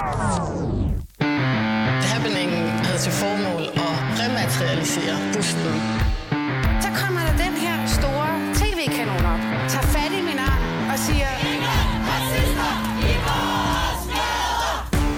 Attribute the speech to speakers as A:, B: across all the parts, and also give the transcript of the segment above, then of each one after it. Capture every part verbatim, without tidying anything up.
A: Happeningen havde til formål at rematerialisere busten.
B: Så kommer der den her store tv-kanon op, tager fat i min arm og siger: Ingen racister i vores gader!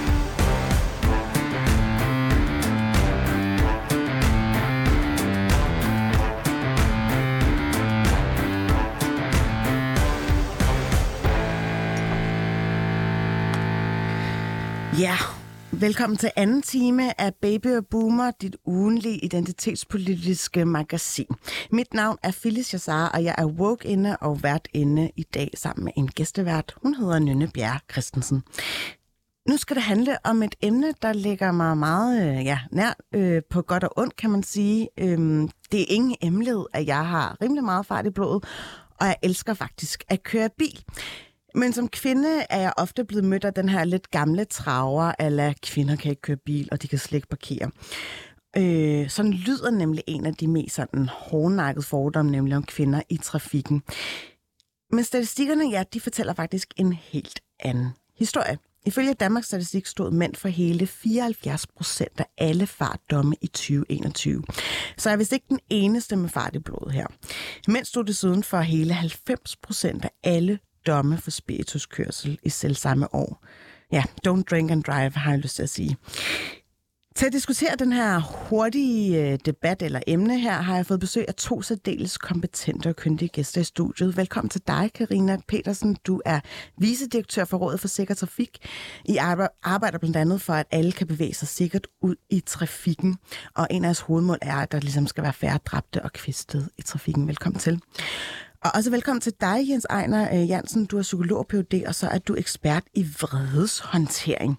C: Ja, velkommen til anden time af Baby og Boomer, dit ugenlige identitetspolitiske magasin. Mit navn er Phyllis Jassar, og jeg er woke-inde og vært-inde i dag sammen med en gæstevært. Hun hedder Nynne Bjerre Christensen. Nu skal det handle om et emne, der ligger mig meget ja, nær øh, på godt og ondt, kan man sige. Øhm, det er ingen hemmelighed, at jeg har rimelig meget fart i blodet, og jeg elsker faktisk at køre bil. Men som kvinde er jeg ofte blevet mødt af den her lidt gamle traver, ala kvinder kan ikke køre bil, og de kan slet ikke parkere. Øh, sådan lyder nemlig en af de mest sådan hårdnakkede fordomme, nemlig om kvinder i trafikken. Men statistikkerne, ja, de fortæller faktisk en helt anden historie. Ifølge Danmarks Statistik stod mænd for hele fireoghalvfjerds procent af alle fartdomme i tyve enogtyve. Så jeg er vist ikke den eneste med fart i blodet her. Mænd stod desuden for hele halvfems procent af alle domme for spirituskørsel i selvsamme år. Ja, don't drink and drive, har jeg lyst til at sige. Til at diskutere den her hurtige debat eller emne her, har jeg fået besøg af to særdeles kompetente og kyndige gæster i studiet. Velkommen til dig, Karina Petersen. Du er vicedirektør for Rådet for Sikker Trafik. I arbejder blandt andet for, at alle kan bevæge sig sikkert ud i trafikken. Og en af jeres hovedmål er, at der ligesom skal være færre dræbte og kvæstede i trafikken. Velkommen til. Og også velkommen til dig, Jens Ejner Jansen. Du er psykolog og P H D, og så er du ekspert i vredeshåndtering.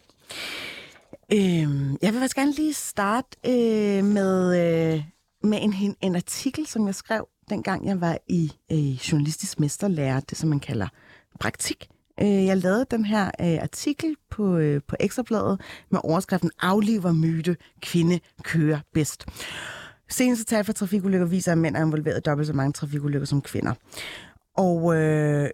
C: Øhm, jeg vil faktisk gerne lige starte øh, med, øh, med en, en artikel, som jeg skrev, dengang jeg var i øh, journalistisk mesterlærer, det som man kalder praktik. Øh, jeg lavede den her øh, artikel på, øh, på Ekstrabladet med overskriften "Afliver myte, kvinde kører bedst". Seneste tal for trafikulykker viser, at mænd er involveret dobbelt så mange trafikulykker som kvinder. Og øh,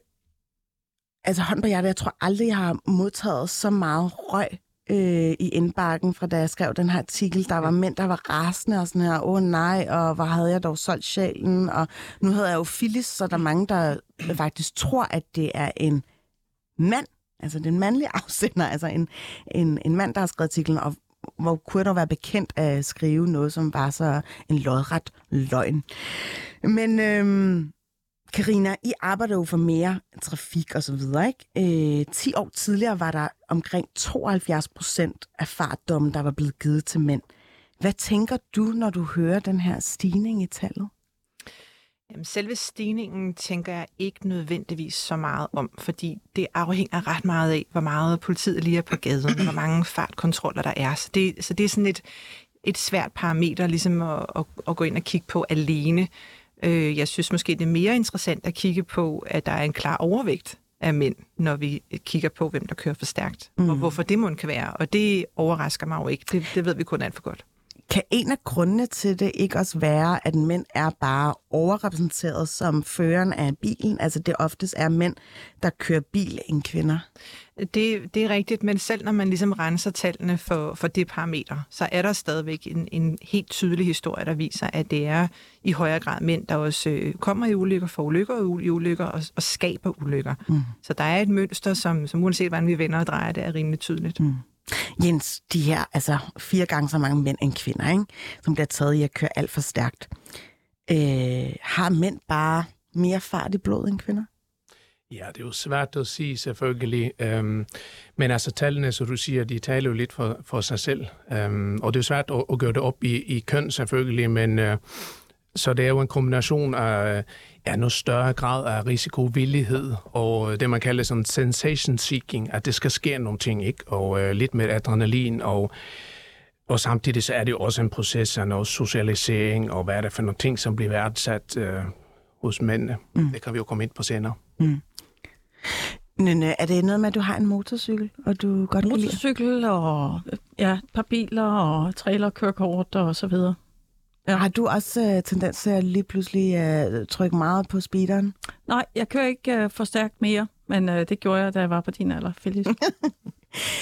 C: altså hånd på hjertet, jeg tror aldrig, jeg har modtaget så meget røg øh, i indbakken, fra da jeg skrev den her artikel. Der var mænd, der var rasende og sådan her, åh nej, og hvor havde jeg dog solgt sjælen, og nu hedder jeg jo Phyllis, så der er mange, der faktisk tror, at det er en mand, altså den mandlige afsender, altså en, en, en mand, der har skrevet artiklen, og hvor kunne der være bekendt at skrive noget, som var så en lodret løgn. Men øhm, Karina, I arbejder jo for mere trafik og så videre, ikke? Øh, ti år tidligere var der omkring tooghalvfjerds procent af fartdommen, der var blevet givet til mænd. Hvad tænker du, når du hører den her stigning i tallet?
D: Jamen, selve stigningen tænker jeg ikke nødvendigvis så meget om, fordi det afhænger ret meget af, hvor meget politiet lige er på gaden, hvor mange fartkontroller der er. Så det, så det er sådan et, et svært parameter ligesom at, at, at gå ind og kigge på alene. Jeg synes måske, det er mere interessant at kigge på, at der er en klar overvægt af mænd, når vi kigger på, hvem der kører for stærkt, mm. og hvorfor det må kan være. Og det overrasker mig jo ikke. Det, det ved vi kun alt for godt.
C: Kan en af grundene til det ikke også være, at mænd er bare overrepræsenteret som føreren af bilen? Altså det oftest er mænd, der kører bil end kvinder?
D: Det, det er rigtigt, men selv når man ligesom renser tallene for, for det parameter, så er der stadigvæk en, en helt tydelig historie, der viser, at det er i højere grad mænd, der også øh, kommer i ulykker, får ulykker og i ulykker og, og skaber ulykker. Mm. Så der er et mønster, som, som uanset hvordan vi vender og drejer, det er rimelig tydeligt. Mm.
C: Jens, de her altså fire gange så mange mænd end kvinder, ikke? Som bliver taget i at køre alt for stærkt. Øh, har mænd bare mere fart i blodet end kvinder?
E: Ja, det er jo svært at sige selvfølgelig. Øhm, men altså tallene, så du siger, de taler jo lidt for, for sig selv. Øhm, og det er svært at, at gøre det op i, i køn selvfølgelig, men øh, så det er jo en kombination af ja, noget større grad af risikovillighed og det, man kalder sådan sensation seeking, at det skal ske nogle ting, ikke? Og øh, lidt med adrenalin, og, og samtidig så er det jo også en proces af noget socialisering, og hvad er det for nogle ting, som bliver værdsat øh, hos mændene. Mm. Det kan vi jo komme ind på senere.
C: Mm. Men er det noget med, at du har en motorcykel, og du godt kan lide?
F: Motorcykel og ja, et par biler og trailerkørekort og så videre.
C: Ja. Har du også uh, tendens til at lige pludselig uh, trykke meget på speederen?
F: Nej, jeg kører ikke uh, for stærkt mere, men uh, det gjorde jeg, da jeg var på din alder, Phyllis.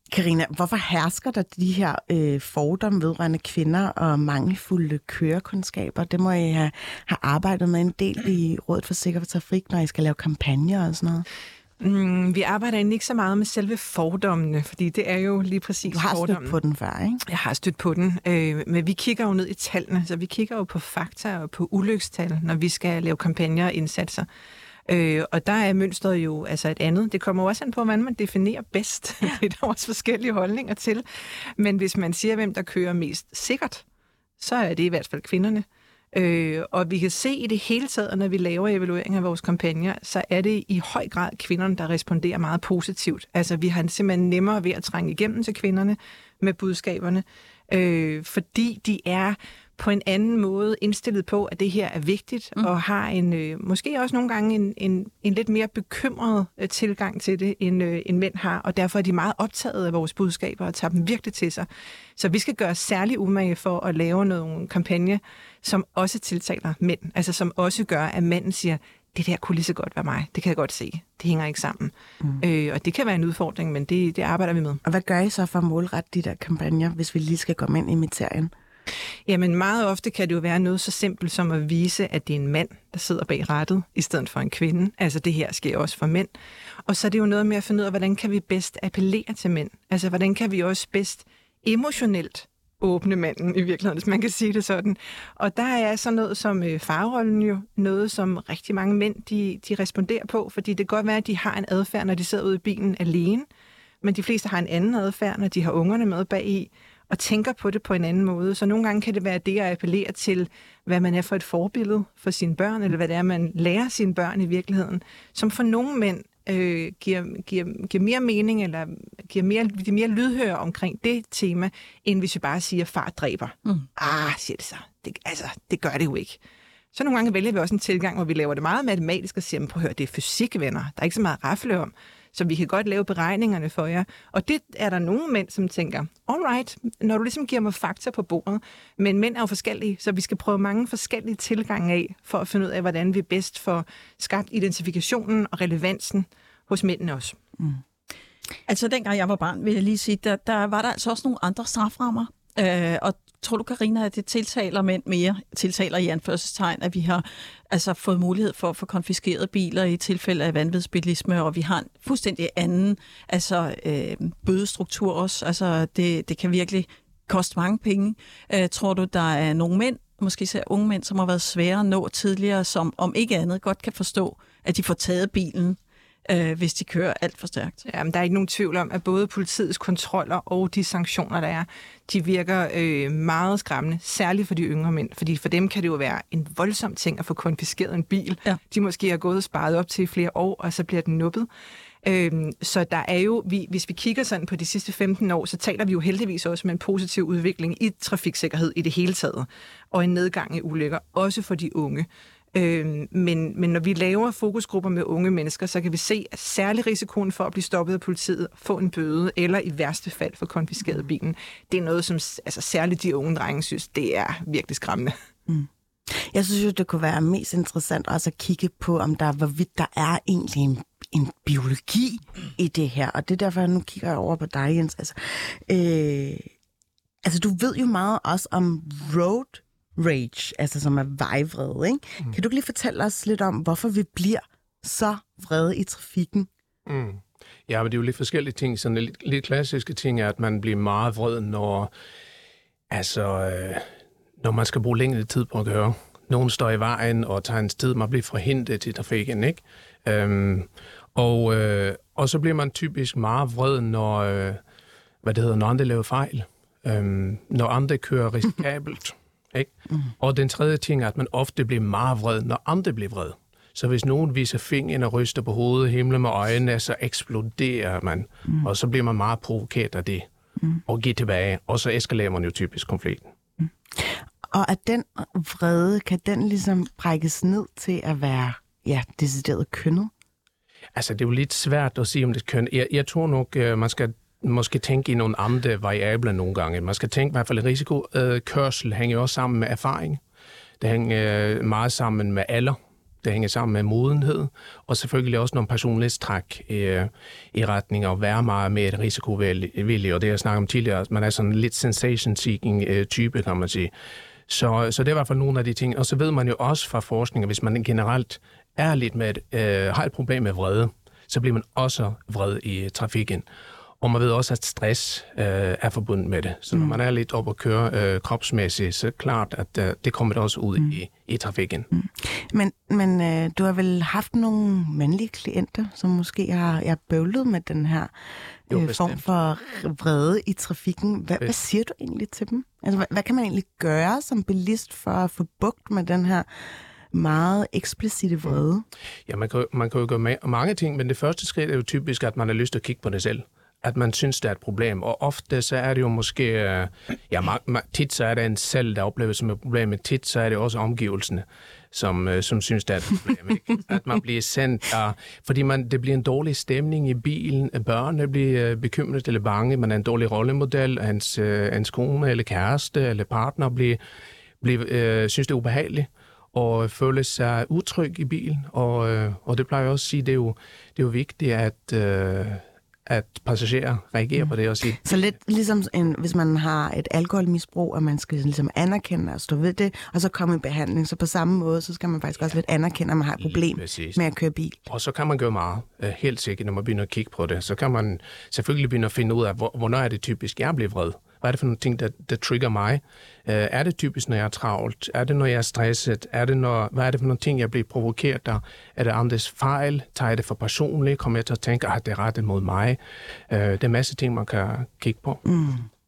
C: Karina, hvorfor hersker der de her øh, fordomme vedrørende kvinder og mangelfulde kørekundskaber? Det må I have, have arbejdet med en del i Rådet for Sikker Trafik, når I skal lave kampagner og sådan noget.
D: Mm, vi arbejder egentlig ikke så meget med selve fordommene, fordi det er jo lige præcis
C: Du har
D: fordommen.
C: stødt på den før, ikke?
D: Jeg har stødt på den, øh, men vi kigger jo ned i tallene, så vi kigger jo på fakta og på ulykstal, når vi skal lave kampagner og indsatser. Øh, og der er mønstret jo altså et andet. Det kommer også an på, hvordan man definerer bedst. Det er der også forskellige holdninger til. Men hvis man siger, hvem der kører mest sikkert, så er det i hvert fald kvinderne. Øh, og vi kan se i det hele taget, når vi laver evaluering af vores kampagner, så er det i høj grad kvinderne, der responderer meget positivt. Altså vi har simpelthen nemmere ved at trænge igennem til kvinderne med budskaberne, øh, fordi de er på en anden måde indstillet på, at det her er vigtigt, mm. og har en øh, måske også nogle gange en, en, en lidt mere bekymret øh, tilgang til det, end, øh, end mænd har, og derfor er de meget optaget af vores budskaber og tager dem virkelig til sig. Så vi skal gøre særlig umage for at lave nogle kampagne, som også tiltaler mænd, altså som også gør, at manden siger, det der kunne lige så godt være mig, det kan jeg godt se, det hænger ikke sammen. Mm. Øh, og det kan være en udfordring, men det, det arbejder vi med.
C: Og hvad gør I så for at målrette de der kampagner, hvis vi lige skal komme ind i materien?
D: Jamen meget ofte kan det jo være noget så simpelt som at vise, at det er en mand, der sidder bag rattet, i stedet for en kvinde. Altså det her sker også for mænd. Og så er det jo noget med at finde ud af, hvordan kan vi bedst appellere til mænd? Altså hvordan kan vi også bedst emotionelt åbne manden i virkeligheden, hvis man kan sige det sådan. Og der er så noget som øh, farrollen jo, noget som rigtig mange mænd, de, de responderer på, fordi det kan godt være, at de har en adfærd, når de sidder ude i bilen alene, men de fleste har en anden adfærd, når de har ungerne med bagi, og tænker på det på en anden måde. Så nogle gange kan det være det at appellere til, hvad man er for et forbillede for sine børn, eller hvad det er, man lærer sine børn i virkeligheden, som for nogle mænd øh, giver, giver, giver mere mening, eller giver mere, de mere lydhør omkring det tema, end hvis vi bare siger, far dræber. Mm. Ah, siger det så. Det, altså, det gør det jo ikke. Så nogle gange vælger vi også en tilgang, hvor vi laver det meget matematisk og siger, prøv at høre, det er fysik, venner. Der er ikke så meget at rafle om. Så vi kan godt lave beregningerne for jer. Og det er der nogle mænd, som tænker, alright, når du ligesom giver mig fakta på bordet, men mænd er jo forskellige, så vi skal prøve mange forskellige tilgange af, for at finde ud af, hvordan vi bedst får skabt identifikationen og relevansen hos mændene også. Mm.
F: Altså, dengang jeg var barn, vil jeg lige sige, der, der var der altså også nogle andre straframmer. Øh, og tror du, Karina, at det tiltaler mænd mere, tiltaler i anførselstegn, at vi har altså fået mulighed for at få konfiskeret biler i tilfælde af vanvidsbilisme, og vi har en fuldstændig anden altså, øh, bødestruktur også. Altså, det, det kan virkelig koste mange penge. Øh, tror du, der er nogle mænd, måske især unge mænd, som har været svære at nå tidligere, som om ikke andet godt kan forstå, at de får taget bilen, øh, hvis de kører alt for stærkt?
D: Jamen, der er ikke nogen tvivl om, at både politiets kontroller og de sanktioner, der er, de virker øh, meget skræmmende, særligt for de yngre mænd, fordi for dem kan det jo være en voldsom ting at få konfiskeret en bil. Ja. De måske har gået og sparet op til flere år, og så bliver den nuppet. Øhm, så der er jo, vi, hvis vi kigger sådan på de sidste femten år, så taler vi jo heldigvis også med en positiv udvikling i trafiksikkerhed i det hele taget, og en nedgang i ulykker, også for de unge. Øhm, men, men når vi laver fokusgrupper med unge mennesker, så kan vi se, at særlig risikoen for at blive stoppet af politiet, få en bøde, eller i værste fald få konfiskeret bilen, det er noget, som altså, særligt de unge drenge synes, det er virkelig skræmmende. Mm.
C: Jeg synes jo, det kunne være mest interessant også at kigge på, om der, hvorvidt der er egentlig en, en biologi i det her. Og det er derfor, jeg nu kigger over på dig, Jens. Altså, øh, altså du ved jo meget også om road rage, altså som er vejvrede, ikke? Mm. Kan du lige fortælle os lidt om, hvorfor vi bliver så vrede i trafikken?
E: Mm. Ja, men det er jo lidt forskellige ting. Sådan lidt, lidt klassiske ting er, at man bliver meget vred, når, altså, øh, når man skal bruge længere tid på at køre. Nogen står i vejen og tager en tid, man bliver forhindret i trafikken, ikke? Øhm, og, øh, og så bliver man typisk meget vred, når, øh, hvad det hedder, når andre laver fejl. Øhm, når andre kører risikabelt. Ikke? Mm. Og den tredje ting er, at man ofte bliver meget vred, når andre bliver vred. Så hvis nogen viser fingeren og ryster på hovedet, himler med øjnene, så eksploderer man. Mm. Og så bliver man meget provokeret af det. Mm. Og giver tilbage. Og så eskalerer man jo typisk konflikten.
C: Mm. Og at den vrede, kan den ligesom brækkes ned til at være ja, decideret kønnet?
E: Altså, det er jo lidt svært at sige, om det er køn. Jeg, jeg tror nok, man skal måske tænke i nogle andre variabler nogle gange. Man skal tænke i hvert fald, at risikokørsel hænger også sammen med erfaring. Det hænger meget sammen med alder. Det det hænger sammen med modenhed, og selvfølgelig også nogle personlighedstræk i, i retning af at være meget mere risikovillig, og det jeg snakkede om tidligere, man er sådan lidt sensation-seeking type, kan man sige. Så, så det er i hvert fald nogle af de ting. Og så ved man jo også fra forskning, at hvis man generelt er lidt med et, øh, har et problem med vrede, så bliver man også vred i trafikken. Og man ved også, at stress øh, er forbundet med det. Så når man er lidt op at køre øh, kropsmæssigt, så er det klart, at øh, det kommer også ud mm. i, i trafikken. Mm.
C: Men, men øh, du har vel haft nogle mandlige klienter, som måske har jeg bøvlet med den her øh, jo, form for vrede i trafikken. Hvad, hvad siger du egentlig til dem? Altså, hvad, hvad kan man egentlig gøre som bilist for at få bugt med den her meget eksplicite vrede? Ja, man kan, man kan jo gøre mange ting, men det første skridt er jo typisk, at man har lyst til at kigge på det selv. At man synes, det er et problem. Og ofte så er det jo måske, ja, tit så er det en selv, der oplever som et problem, men tit så er det også omgivelsene, som, som synes, det er et problem. Ikke? At man bliver sendt, af, fordi man, det bliver en dårlig stemning i bilen, børnene bliver bekymret eller bange, man er en dårlig rollemodel, hans, hans kone eller kæreste eller partner bliver, bliver, øh, synes, det er ubehageligt og føler sig utryg i bilen. Og, øh, og det plejer jeg også at sige, det er jo, det er jo vigtigt, at øh, at passagerer reagerer mm. på det og siger... Så lidt ligesom, en, hvis man har et alkoholmisbrug, og man skal ligesom anerkende og stå ved det, og så komme i behandling, så på samme måde, så skal man faktisk ja. også lidt anerkende, at man har et problem med at køre bil. Og så kan man gøre meget, helt sikkert, når man begynder at kigge på det. Så kan man selvfølgelig begynde at finde ud af, hvornår er det typisk, jeg bliver vred. Hvad er det for nogle ting, der, der trigger mig? Uh, er det typisk, når jeg er travlt? Er det, når jeg er stresset? Er det, når, hvad er det for nogle ting, jeg bliver provokeret der? Er det andres fejl? Tager jeg det for personligt? Kommer jeg til at tænke, at det er rettet mod mig? Uh, det er en masse ting, man kan kigge på. Mm.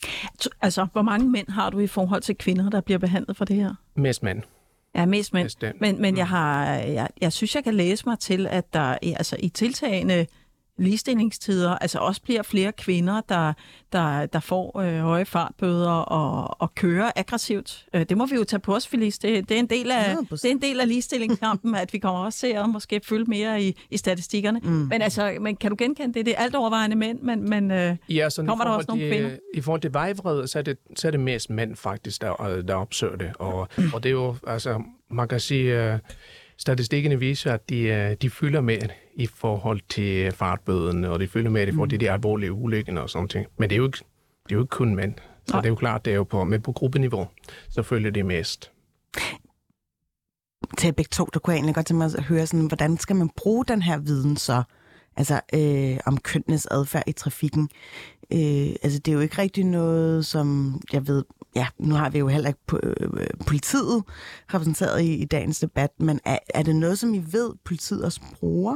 F: Altså, hvor mange mænd har du i forhold til kvinder, der bliver behandlet for det her?
E: Mest mænd.
F: Ja, mest mænd. Mest men men mm. jeg, har, jeg, jeg synes, jeg kan læse mig til, at der altså, i tiltagende ligestillingstider, altså også bliver flere kvinder, der, der, der får øh, høje fartbøder og, og kører aggressivt. Øh, det må vi jo tage på os, Felice. Det, det, er en del af, det er en del af ligestillingskampen, at vi kommer også til at måske følge mere i, i statistikkerne. Mm. Men altså, men kan du genkende det? Det er alt overvejende mænd, men, men øh,
E: ja,
F: kommer der også nogle
E: de,
F: kvinder?
E: I forhold til vejvrede, så er det, så er det mest mænd faktisk, der, der opsøger det. Og, mm. og det er jo, altså, man kan sige... Øh, Statistikkerne viser, at de, de fylder med i forhold til fartbøden, og de fylder med i forhold til de alvorlige ulykker og sådan ting. Men det er jo ikke, det er jo ikke kun mænd. Så Nej. Det er jo klart, det er jo på, men på gruppeniveau, så følger det mest.
C: Til begge to, der kunne jeg egentlig godt tænke mig at høre, sådan, hvordan skal man bruge den her viden så? Altså øh, om kønnenes adfærd i trafikken. Øh, altså det er jo ikke rigtig noget, som jeg ved, ja, nu har vi jo heller ikke øh, politiet repræsenteret i, i dagens debat, men er, er det noget, som I ved, politiet også bruger,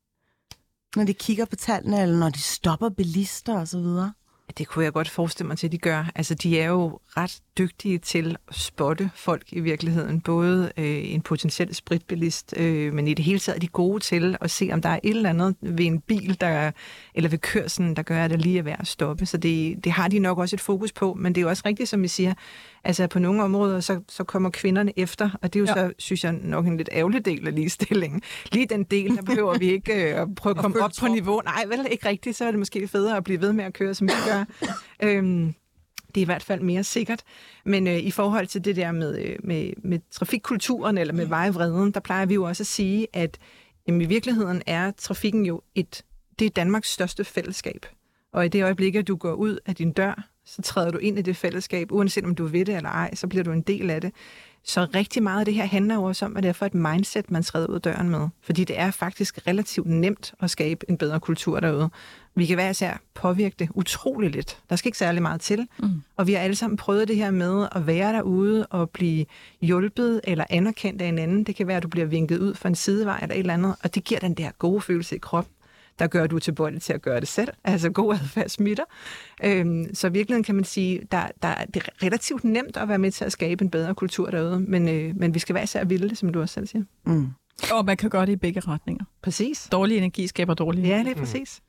C: når de kigger på tallene, eller når de stopper bilister osv.?
D: Det kunne jeg godt forestille mig til, at de gør. Altså, de er jo ret dygtige til at spotte folk i virkeligheden. Både øh, en potentiel spritbilist, øh, men i det hele taget er de gode til at se, om der er et eller andet ved en bil, der, eller ved kørslen, der gør, at det lige er værd at stoppe. Så det, det har de nok også et fokus på, men det er jo også rigtigt, som I siger, altså på nogle områder, så, så kommer kvinderne efter, og det er jo ja. så, synes jeg, nok en lidt ærgerlig del af ligestillingen. Lige den del, der behøver vi ikke øh, at prøve at komme op på niveau. Nej, vel ikke rigtigt, så er det måske federe at blive ved med at køre, som vi gør. øhm, det er i hvert fald mere sikkert. Men øh, i forhold til det der med, øh, med, med trafikkulturen eller med vejvreden, der plejer vi jo også at sige, at jamen, i virkeligheden er trafikken jo et, det er Danmarks største fællesskab. Og i det øjeblik, at du går ud af din dør, så træder du ind i det fællesskab, uanset om du ved det eller ej, så bliver du en del af det. Så rigtig meget af det her handler jo også om, at det er for et mindset, man træder ud af døren med. Fordi det er faktisk relativt nemt at skabe en bedre kultur derude. Vi kan være især påvirke det utroligt lidt. Der skal ikke særlig meget til. Mm. Og vi har alle sammen prøvet det her med at være derude og blive hjulpet eller anerkendt af en anden. Det kan være, at du bliver vinket ud for en sidevej eller et eller andet, og det giver den der gode følelse i kroppen. Der gør du tilbøjelig til at gøre det selv. Altså god adfærd smitter. Øhm, så i virkeligheden kan man sige, der, der, det er relativt nemt at være med til at skabe en bedre kultur derude, men, øh, men vi skal være især vilde, som du også selv siger.
F: Mm. Og man kan gøre det i begge retninger.
D: Præcis.
F: Dårlig energi skaber dårlig energi.
D: Ja, det er præcis.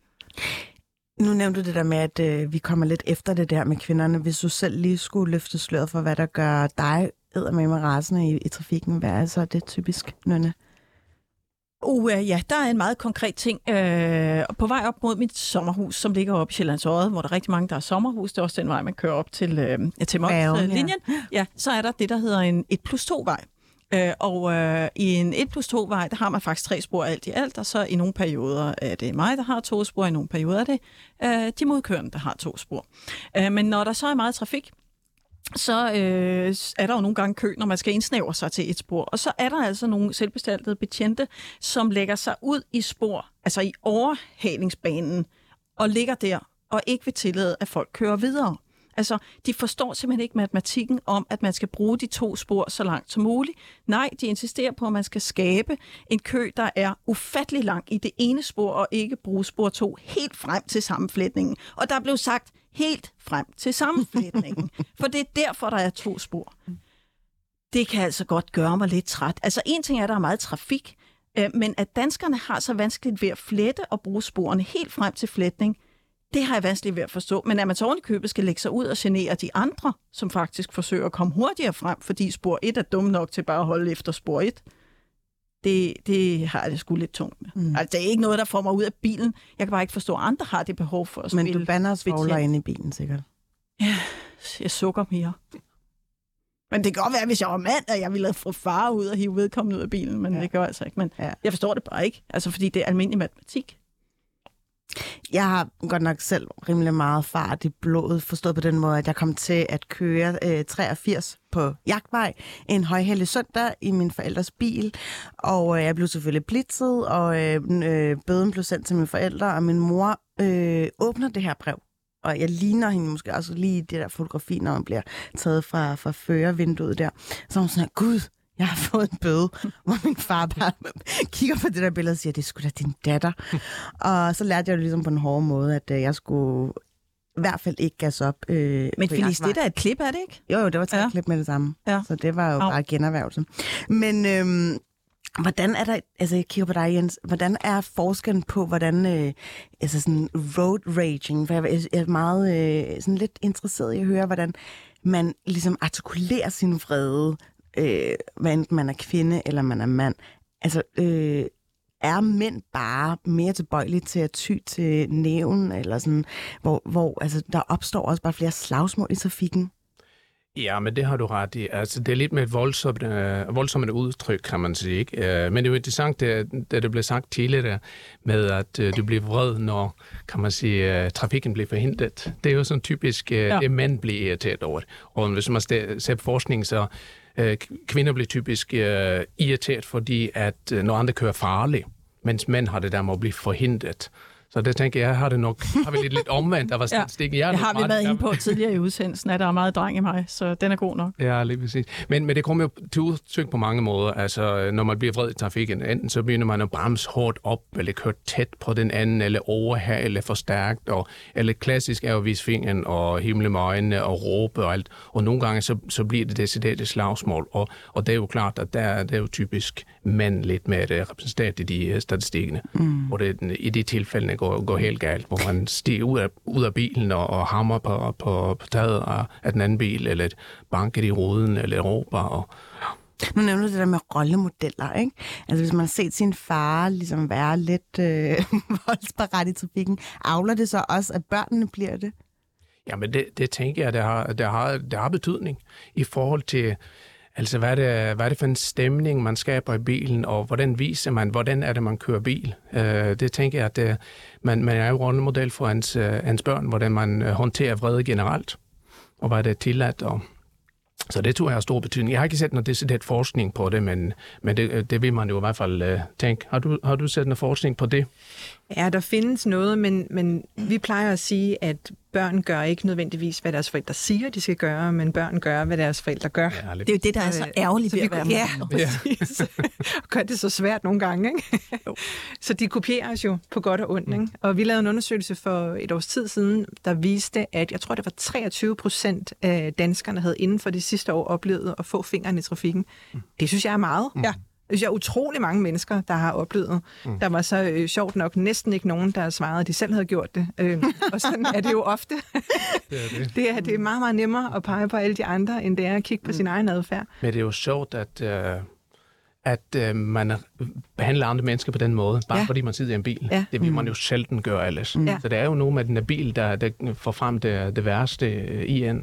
C: Mm. Nu nævnte du det der med, at øh, vi kommer lidt efter det der med kvinderne. Hvis du selv lige skulle løfte sløret for, hvad der gør dig eddermame rasende i, i trafikken, hvad er så det typisk, Nynne?
F: Uh, ja, der er en meget konkret ting. Øh, på vej op mod mit sommerhus, som ligger oppe i Sjællands Odde, hvor der er rigtig mange, der har sommerhus. Det er også den vej, man kører op til, øh, til Mols-linjen. Ja. ja, så er der det, der hedder en et plus to vej. Øh, og øh, i en et plus to vej, der har man faktisk tre spor alt i alt, og så i nogle perioder er det mig, der har to spor, i nogle perioder er det øh, de modkørende, der har to spor. Øh, men når der så er meget trafik, så øh, er der jo nogle gange kø, når man skal indsnævre sig til et spor. Og så er der altså nogle selvbestaltede betjente, som lægger sig ud i spor, altså i overhalingsbanen, og ligger der og ikke vil tillade, at folk kører videre. Altså, de forstår simpelthen ikke matematikken om, at man skal bruge de to spor så langt som muligt. Nej, de insisterer på, at man skal skabe en kø, der er ufattelig lang i det ene spor, og ikke bruge spor to helt frem til sammenflætningen. Og der blev sagt helt frem til sammenflætningen, for det er derfor, der er to spor. Det kan altså godt gøre mig lidt træt. Altså, en ting er, at der er meget trafik, men at danskerne har så vanskeligt ved at flette og bruge sporene helt frem til flætning, det har jeg vanskeligt ved at forstå. Men at man så oven i købet skal lægge sig ud og genere de andre, som faktisk forsøger at komme hurtigere frem, fordi spor et er dum nok til bare at holde efter spor et, det, det har jeg sgu lidt tungt med. Mm. Altså, det er ikke noget, der får mig ud af bilen. Jeg kan bare ikke forstå, at andre har det behov for at
C: Men
F: spille.
C: du banner og svogler inde i bilen, sikkert.
F: Ja, jeg sukker mere. Men det kan godt være, hvis jeg var mand, at jeg ville få far ud og hive vedkommende ud af bilen, men ja. Det gør jeg altså ikke. Men ja. Jeg forstår det bare ikke, altså fordi det er almindelig matematik.
C: Jeg har godt nok selv rimelig meget fart i blodet, forstået på den måde, at jeg kom til at køre øh, treogfirs på Jagtvej en højhellig søndag i min forældres bil, og øh, jeg blev selvfølgelig blitzet, og øh, øh, bøden blev sendt til mine forældre, og min mor øh, åbner det her brev. Og jeg ligner hende måske også lige i det der fotografi, når hun bliver taget fra, fra førervinduet der. Så er hun sådan her, gud, jeg har fået en bøde, hvor min far bare kigger på det der billede og siger, det er sgu da din datter. Og så lærte jeg jo ligesom på en hård måde, at øh, jeg skulle i hvert fald ikke gas op. Øh,
F: Men Felice, det der er et klip, er det ikke?
C: Jo, jo, det var taget ja. et klip med det samme. Ja. Så det var jo Au. bare generhvervelse. Men øh, hvordan er der, altså jeg kigger på dig, Jens, hvordan er forskellen på, hvordan, øh, altså sådan road raging, for jeg er meget øh, sådan lidt interesseret i at høre, hvordan man ligesom artikulerer sin vrede, Øh, hvad enten man er kvinde eller man er mand. Altså, øh, er mænd bare mere tilbøjelige til at ty til næven, eller sådan, hvor, hvor altså, der opstår også bare flere slagsmål i trafikken?
E: Ja, men det har du ret i. Altså, det er lidt med et voldsomt, øh, voldsomt udtryk, kan man sige. Ikke? Øh, men det er jo interessant, det, det, det blev sagt tidligere, med at øh, du bliver vred, når, kan man sige, øh, trafikken bliver forhindret. Det er jo sådan typisk, øh, ja. det mænd bliver irriteret over det. Og hvis man ser på forskning, så øh, kvinder bliver typisk øh, irriteret, fordi at øh, når andre kører farligt, mens mænd har det der med at blive forhindret. Så det tænker jeg, har det nok har vi lidt, lidt omvendt. Der var statistikken.
F: Ja, det har vi været inde på tidligere i udsendelsen, at der er meget dreng i mig, så den er god nok.
E: Ja, lige præcis. Men, men det kommer jo til udtryk på mange måder. Altså, når man bliver vred i trafikken, enten så begynder man at bremse hårdt op, eller køre tæt på den anden, eller overhale, eller for stærkt, og, eller klassisk er jo at vise fingeren, og himle med øjnene, og råbe og alt. Og nogle gange, så, så bliver det decideret slagsmål. Og, og det er jo klart, at der, det er jo typisk mænd lidt med det repræsenteret i de statistikkerne. Mm. Og det, i de tilfælde går, går helt galt, hvor man stiger ud af, ud af bilen og, og hammer på, på, på taget af, af den anden bil, eller et banket i ruden, eller råber. Og, ja.
C: Nu nævner du det der med rollemodeller, ikke? Altså hvis man har set sin far ligesom være lidt øh, voldsparat i trafikken, avler det så også, at børnene bliver det?
E: Jamen det, det tænker jeg, det har, det, har, det har betydning i forhold til, altså hvad er, det, hvad er det for en stemning, man skaber i bilen, og hvordan viser man, hvordan er det, man kører bil? Uh, det tænker jeg, at det, man, man er jo rollemodel for hans, uh, hans børn, hvordan man uh, håndterer vrede generelt, og hvad det er tilladt. Og, så det tror jeg har stor betydning. Jeg har ikke set noget decideret forskning på det, men, men det, det vil man jo i hvert fald uh, tænke. Har du, har du set noget forskning på det?
D: Ja, der findes noget, men, men vi plejer at sige, at børn gør ikke nødvendigvis, hvad deres forældre siger, de skal gøre, men børn gør, hvad deres forældre gør.
F: Ja, det er jo det, der er så ærgerligt ved at være med.
D: Ja, præcis. Og gør det så svært nogle gange, ikke? Så de kopierer os jo på godt og ondt, ikke? Og vi lavede en undersøgelse for et års tid siden, der viste, at jeg tror, det var treogtyve procent af danskerne havde inden for det sidste år oplevet at få fingeren i trafikken. Det synes jeg er meget. Ja. Jeg er utrolig mange mennesker, der har oplevet. Mm. Der var så øh, sjovt nok næsten ikke nogen, der svarede, at de selv havde gjort det. Øh, og sådan er det jo ofte. det, er det. Det, er, det er meget, meget nemmere at pege på alle de andre, end det er at kigge på mm. sin egen adfærd.
E: Men det er jo sjovt, at, øh, at øh, man behandler andre mennesker på den måde, bare ja. fordi man sidder i en bil. Ja. Det vil man jo sjældent gøre ellers. Mm. Så det er jo noget med den bil, der, der får frem det, det værste i en.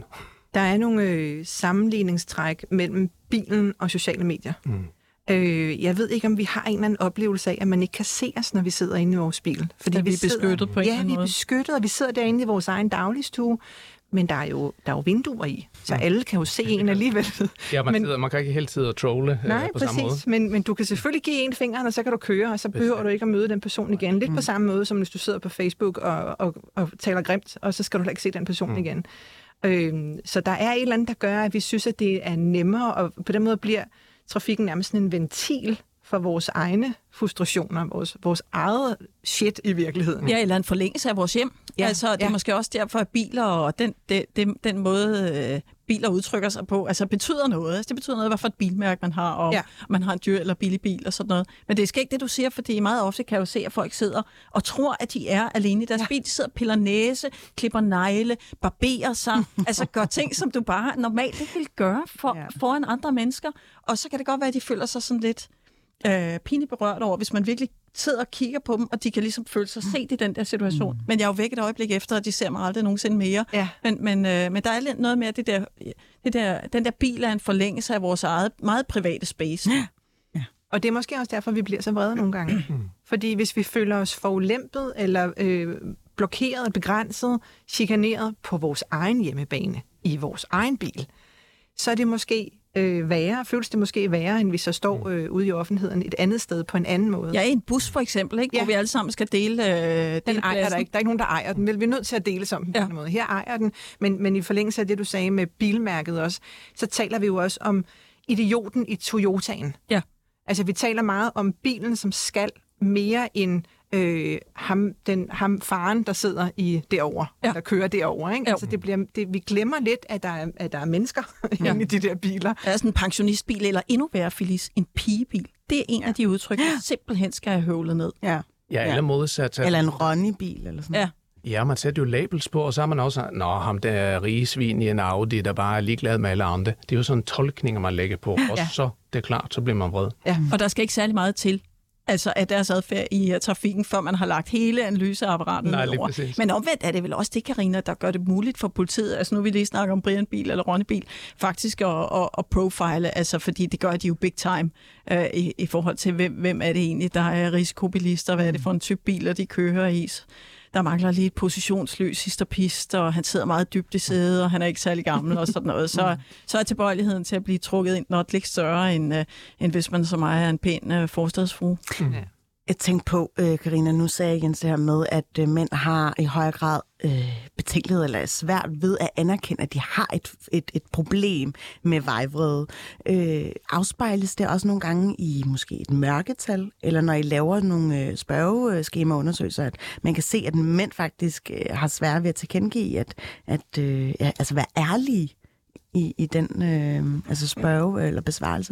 D: Der er nogle øh, sammenligningstræk mellem bilen og sociale medier. Mm. Øh, jeg ved ikke, om vi har en eller anden oplevelse af, at man ikke kan se os, når vi sidder inde i vores bil.
F: Fordi vi er beskyttet
D: sidder,
F: på en eller anden måde.
D: Ja, vi er beskyttet, og vi sidder derinde i vores egen dagligstue. Men der er jo, der er jo vinduer i, så mm. alle kan jo se en alligevel.
E: Ja, man,
D: men,
E: sidder, man kan ikke hele tiden trolle
D: nej,
E: øh, på
D: præcis,
E: samme måde.
D: Men, men du kan selvfølgelig give en fingeren, og så kan du køre, og så behøver Bestemt. du ikke at møde den person igen. Lidt mm. på samme måde, som hvis du sidder på Facebook og, og, og taler grimt, og så skal du heller ikke se den person mm. igen. Øhm, så der er et eller andet, der gør, at vi synes, at det er nemmere, og på den måde bliver trafikken nærmest en ventil for vores egne frustrationer, vores, vores eget shit i virkeligheden.
F: Ja, eller en forlængelse af vores hjem. Ja, altså, det er
D: ja.
F: måske også derfor, at biler og den, det, det, den måde, øh, biler udtrykker sig på, altså betyder noget. Altså, det betyder noget, hvad for et bilmærke man har, og ja. man har en dyr eller billig bil og sådan noget. Men det er sgu ikke det, du siger, fordi meget ofte kan jeg jo se, at folk sidder og tror, at de er alene i deres ja. bil. De sidder og piller næse, klipper negle, barberer sig, altså gør ting, som du bare normalt ikke vil gøre for, ja. foran andre mennesker. Og så kan det godt være, at de føler sig sådan lidt øh, pinligt berørt over, hvis man virkelig sidder og kigger på dem, og de kan ligesom føle sig set i den der situation. Mm. Men jeg er jo væk et øjeblik efter, og de ser mig aldrig nogensinde mere. Ja. Men, men, øh, men der er noget med, at det der, det der, den der bil er en forlængelse af vores eget meget private space. Ja.
D: Ja. Og det er måske også derfor, vi bliver så vrede nogle gange. Fordi hvis vi føler os forulæmpet, eller øh, blokeret, begrænset, chikaneret på vores egen hjemmebane, i vores egen bil, så er det måske øh, værre, føles det måske værre, end hvis jeg står øh, ude i offentligheden et andet sted på en anden måde.
F: Ja, i en bus for eksempel, ikke? Ja. Hvor vi alle sammen skal dele, øh, dele
D: den ejer der ikke. Der er ikke nogen, der ejer den. Vi er nødt til at dele sammen på ja. en måde. Her ejer den, men, men i forlængelse af det, du sagde med bilmærket også, så taler vi jo også om idioten i Toyotaen. Ja. Altså, vi taler meget om bilen, som skal mere end øh, ham, den, ham faren, der sidder i derovre, ja. der kører derovre. Ikke? Altså, det bliver, det, vi glemmer lidt, at der er, at der er mennesker ja. inde i de der biler.
F: Der er sådan en pensionistbil, eller endnu værre, Phyllis, en pigebil. Det er en ja. af de udtryk, der simpelthen skal have høvlet ned.
C: Ja,
E: ja eller modsat.
C: Eller en Ronny-bil, eller sådan
F: ja.
E: Ja, man sætter jo labels på, og så har man også, nå, ham der rige svin i en Audi, der bare er ligeglad med alle andre. Det er jo sådan tolkninger, man lægger på, og ja. så, det er klart, så bliver man vred.
F: Ja. Og der skal ikke særlig meget til, altså af deres adfærd i uh, trafikken, før man har lagt hele analyseapparatet over. Men omvendt er det vel også det, Karina, der gør det muligt for politiet, altså nu vil lige snakke om Brian-bil eller Ronny-bil, faktisk at, at, at profile, altså fordi det gør de jo big time uh, i, i forhold til, hvem, hvem er det egentlig, der er risikobilister, hvad er det for en type biler, de kører i. Der mangler lige et positionsløs histerpist, og han sidder meget dybt i sædet, og han er ikke særlig gammel og sådan noget. Så, så er tilbøjeligheden til at blive trukket ind nok lidt større, end, uh, end hvis man som mig er en pæn uh, forstadsfrue. Mm.
C: Ja. Jeg tænkte på, Karina, nu sagde Jens det her med, at øh, mænd har i højere grad øh, betænkelighed eller er svært ved at anerkende, at de har et, et, et problem med vejvrede. Øh, afspejles det også nogle gange i måske et mørketal, eller når I laver nogle øh, spørgeskemaundersøgelser, at man kan se, at mænd faktisk øh, har svært ved at tilkendegive, at, at øh, ja, altså være ærlige i, i den øh, altså spørge eller besvarelser?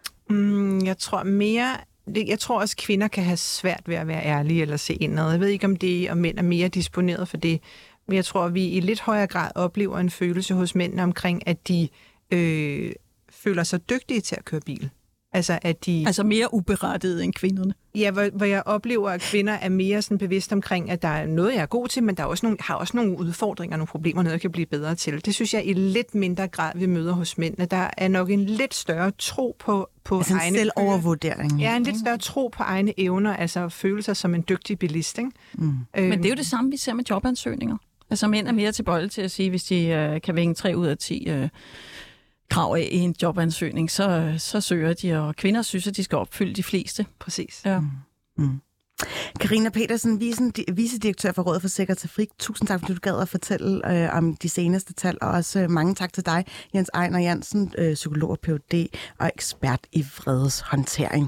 D: Mm, jeg tror mere... Jeg tror også, at kvinder kan have svært ved at være ærlige eller se indad. Jeg ved ikke, om det om mænd er mere disponeret for det, men jeg tror, at vi i lidt højere grad oplever en følelse hos mændene omkring, at de øh, føler sig dygtige til at køre bil. Altså, at de...
F: altså mere uberettiget end kvinderne.
D: Ja, hvor, hvor jeg oplever, at kvinder er mere sådan bevidst omkring, at der er noget, jeg er god til, men der er også nogle, har også nogle udfordringer, nogle problemer, noget jeg kan blive bedre til. Det synes jeg i lidt mindre grad, vi møder hos mændene. Der er nok en lidt større tro på, på
C: altså
D: egne...
C: en selvovervurdering.
D: Ja, en lidt større tro på egne evner, altså føle sig som en dygtig bilist, ikke?
F: Mm. Øhm. Men det er jo det samme, vi ser med jobansøgninger. Altså mænd er mere tilbøjelige til at sige, hvis de øh, kan vinge tre ud af ti... Øh, krav af i en jobansøgning, så, så søger de, og kvinder synes, at de skal opfylde de fleste.
D: Præcis.
F: Ja.
C: Mm. Mm. Karina Petersen, vicedirektør for Rådet for Sikker Trafik. Tusind tak, fordi du gad at fortælle øh, om de seneste tal, og også øh, mange tak til dig, Jens Ejner Jansen, øh, psykolog og P H D og ekspert i vredeshåndtering.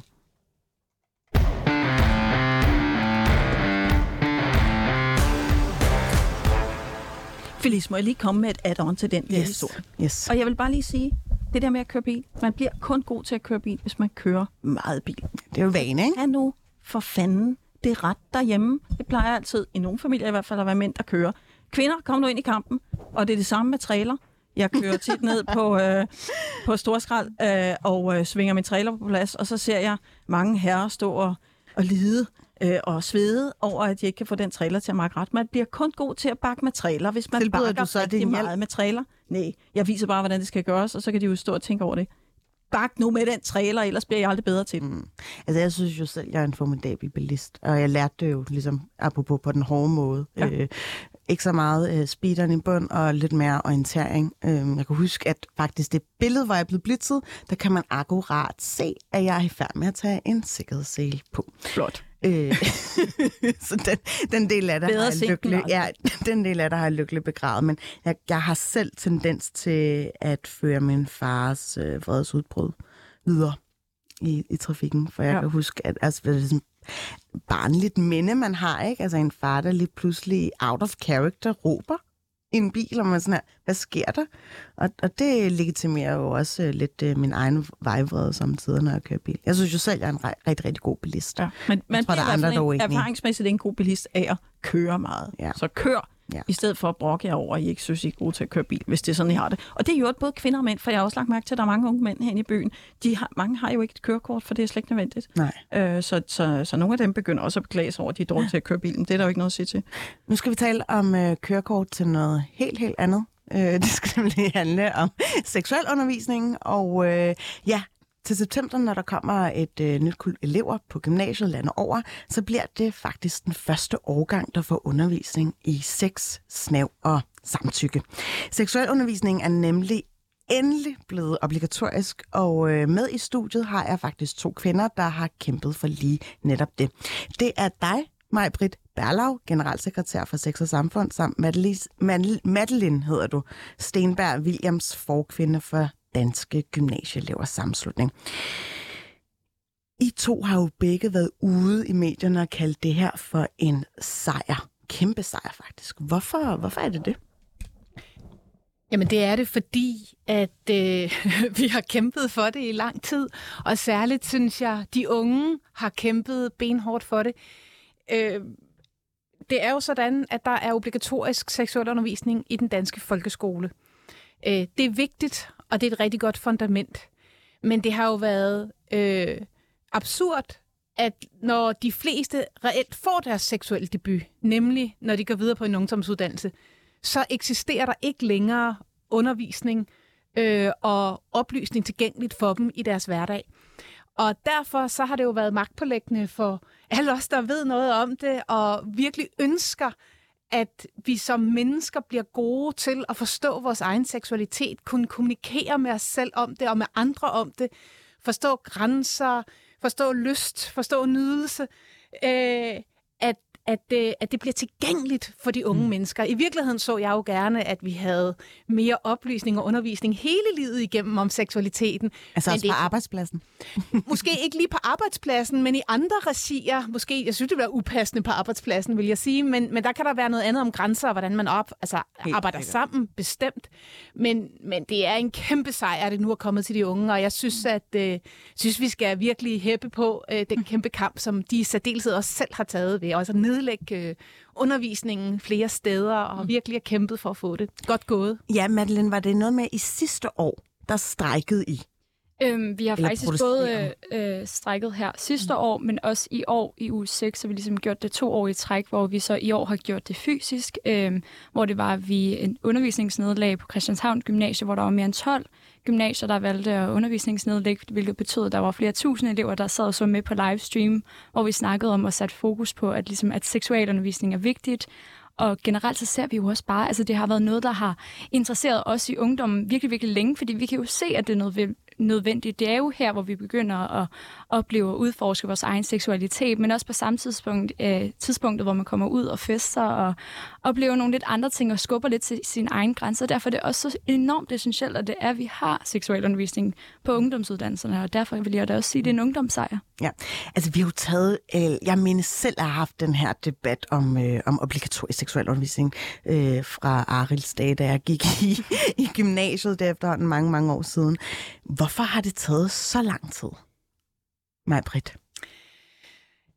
F: Phyllis, må jeg lige komme med et add-on til den yes. historie?
C: Yes.
F: Og jeg vil bare lige sige, det der med at køre bil, man bliver kun god til at køre bil, hvis man kører meget bil.
C: Det er jo vane, ikke?
F: Ja, nu for fanden. Det er ret derhjemme. Det plejer altid, i nogle familier i hvert fald, at være mænd, der kører. Kvinder, kom nu ind i kampen, og det er det samme med trailer. Jeg kører tit ned på, øh, på Storskrald øh, og øh, svinger min trailer på plads, og så ser jeg mange herrer stå og, og lide øh, og svede over, at de ikke kan få den trailer til at makke ret. Man bliver kun god til at bakke med trailer, hvis man
C: Tilbyder
F: bakker
C: du så
F: rigtig
C: din
F: meget
C: hjælp?
F: med trailer. Nej, jeg viser bare, hvordan det skal gøres, og så kan de jo stå og tænke over det. Bak nu med den trailer, ellers bliver jeg aldrig bedre til den.
C: Mm. Altså, jeg synes jo selv, jeg er en formidabel bilist, og jeg lærte det jo ligesom, apropos på den hårde måde. Ja. Øh, ikke så meget øh, speederen i bund, og lidt mere orientering. Øh, jeg kan huske, at faktisk det billede, hvor jeg er blevet blitzet, der kan man akkurat se, at jeg er i færd med at tage en sikkerhedssele på.
F: Flot.
C: Øh, så den, den del af det
F: Bedre
C: har jeg lykkelig,
F: ja,
C: den del af det har jeg lykkelig begravet, men jeg, jeg har selv tendens til at føre min fars øh, vredesudbrud videre i, i trafikken, for jeg ja. kan huske, at altså, det er sådan barnligt minde, man har, ikke? Altså en far, der lige pludselig out of character råber i en bil, og man sådan her, hvad sker der? Og, og det legitimerer jo også uh, lidt uh, min egen vejvrede samtidig, når jeg kører bil. Jeg synes jo selv, jeg er en re- rigtig, rigtig god bilist.
F: Ja. Men man
C: tror,
F: bliver
C: der er andre, der er uenige.
F: erfaringsmæssigt en god bilist af at køre meget.
C: Ja.
F: Så kør,
C: ja.
F: i stedet for at brokke jer over, at I ikke synes, I er gode til at køre bil, hvis det er sådan, I har det. Og det er jo både kvinder og mænd, for jeg har også lagt mærke til, at der er mange unge mænd herinde i byen. De har, mange har jo ikke et kørekort, for det er slet ikke nødvendigt.
C: Nej.
F: Øh, så, så, så nogle af dem begynder også at beklage sig over, at de er dårlige til at køre bilen. Det er der jo ikke noget at sige til.
C: Nu skal vi tale om øh, kørekort til noget helt, helt andet. Øh, det skal nemlig handle om seksualundervisning, og øh, ja, til september, når der kommer et øh, nyt kuld elever på gymnasiet landet over, så bliver det faktisk den første årgang, der får undervisning i sex, snav og samtykke. Seksualundervisning er nemlig endelig blevet obligatorisk, og øh, med i studiet har jeg faktisk to kvinder, der har kæmpet for lige netop det. Det er dig, Maj-Britt Berlau, generalsekretær for Sex og Samfund, samt Madeline, Madeline hedder du, Stenberg Williams, forkvinde for Danske Gymnasieelevers Sammenslutning. I to har jo begge været ude i medierne og kaldt det her for en sejr. Kæmpe sejr faktisk. Hvorfor, hvorfor er det det?
G: Jamen det er det, fordi at øh, vi har kæmpet for det i lang tid, og særligt synes jeg, de unge har kæmpet benhårdt for det. Øh, det er jo sådan, at der er obligatorisk seksualundervisning i den danske folkeskole. Øh, det er vigtigt, og det er et rigtig godt fundament. Men det har jo været øh, absurd, at når de fleste reelt får deres seksuelle debut, nemlig når de går videre på en ungdomsuddannelse, så eksisterer der ikke længere undervisning øh, og oplysning tilgængeligt for dem i deres hverdag. Og derfor så har det jo været magtpålæggende for alle os, der ved noget om det, og virkelig ønsker, at vi som mennesker bliver gode til at forstå vores egen seksualitet, kunne kommunikere med os selv om det, og med andre om det, forstå grænser, forstå lyst, forstå nydelse, øh, at At det, at det bliver tilgængeligt for de unge mm. mennesker. I virkeligheden så jeg jo gerne, at vi havde mere oplysning og undervisning hele livet igennem om seksualiteten.
C: Altså
G: men
C: også
G: det,
C: på arbejdspladsen?
G: Måske ikke lige på arbejdspladsen, men i andre regier. Måske, jeg synes, det bliver upassende på arbejdspladsen, vil jeg sige. Men, men der kan der være noget andet om grænser, og hvordan man op, altså, arbejder sikkert sammen, bestemt. Men, men det er en kæmpe sejr, at det nu er kommet til de unge, og jeg synes, at øh, synes, vi skal virkelig hæppe på øh, den kæmpe kamp, som de i særdeleshed også selv har taget ved. Også nedlægge undervisningen flere steder og virkelig har kæmpet for at få det. Godt gået.
C: Ja, Madeline, var det noget med i sidste år, der strejkede I?
H: Øhm, vi har
C: Eller
H: faktisk både øh, strækket her sidste mm. år, men også i år i uge seks, så vi ligesom gjort det to år i træk, hvor vi så i år har gjort det fysisk, øh, hvor det var vi en undervisningsnedlag på Christianshavn Gymnasie, hvor der var mere end tolv gymnasier, der valgte at undervisningsnedlægge, hvilket betød, at der var flere tusind elever, der sad og så med på livestream, hvor vi snakkede om at sætte fokus på, at, ligesom, at seksualundervisning er vigtigt. Og generelt så ser vi jo også bare, altså det har været noget, der har interesseret os i ungdommen virkelig, virkelig længe, fordi vi kan jo se, at det er noget nødvendigt. Det er jo her, hvor vi begynder at opleve og udforske vores egen seksualitet, men også på samme tidspunkt, øh, tidspunktet, hvor man kommer ud og fester og oplever nogle lidt andre ting og skubber lidt til sine egne grænser. Derfor er det også så enormt essentielt, at det er, at vi har seksualundervisning på ungdomsuddannelserne, og derfor vil jeg da også sige, at det er en ungdomssejr. Ja,
C: altså vi har jo taget, øh, jeg mener selv at have haft den her debat om, øh, om obligatorisk seksualundervisning øh, fra Arilds dage, da jeg gik i, i gymnasiet, der efterhånden mange, mange år siden. Hvorfor har det taget så lang tid, Maj-Britt?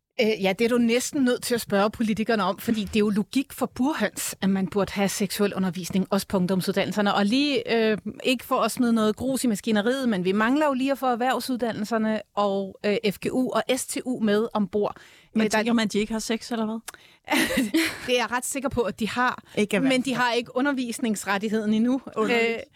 G: Øh, ja, det er du næsten nødt til at spørge politikerne om, fordi det er jo logik for burhøns, at man burde have seksuel undervisning, også på ungdomsuddannelserne. Og lige, øh, ikke for at smide noget grus i maskineriet, men vi mangler jo lige at få erhvervsuddannelserne og øh, F G U og S T U med ombord.
F: Men
G: øh,
F: tænker man, at de ikke har sex, eller hvad?
G: Det er jeg ret sikker på, at de har,
C: ikke
G: men de har ikke undervisningsrettigheden endnu. Øh,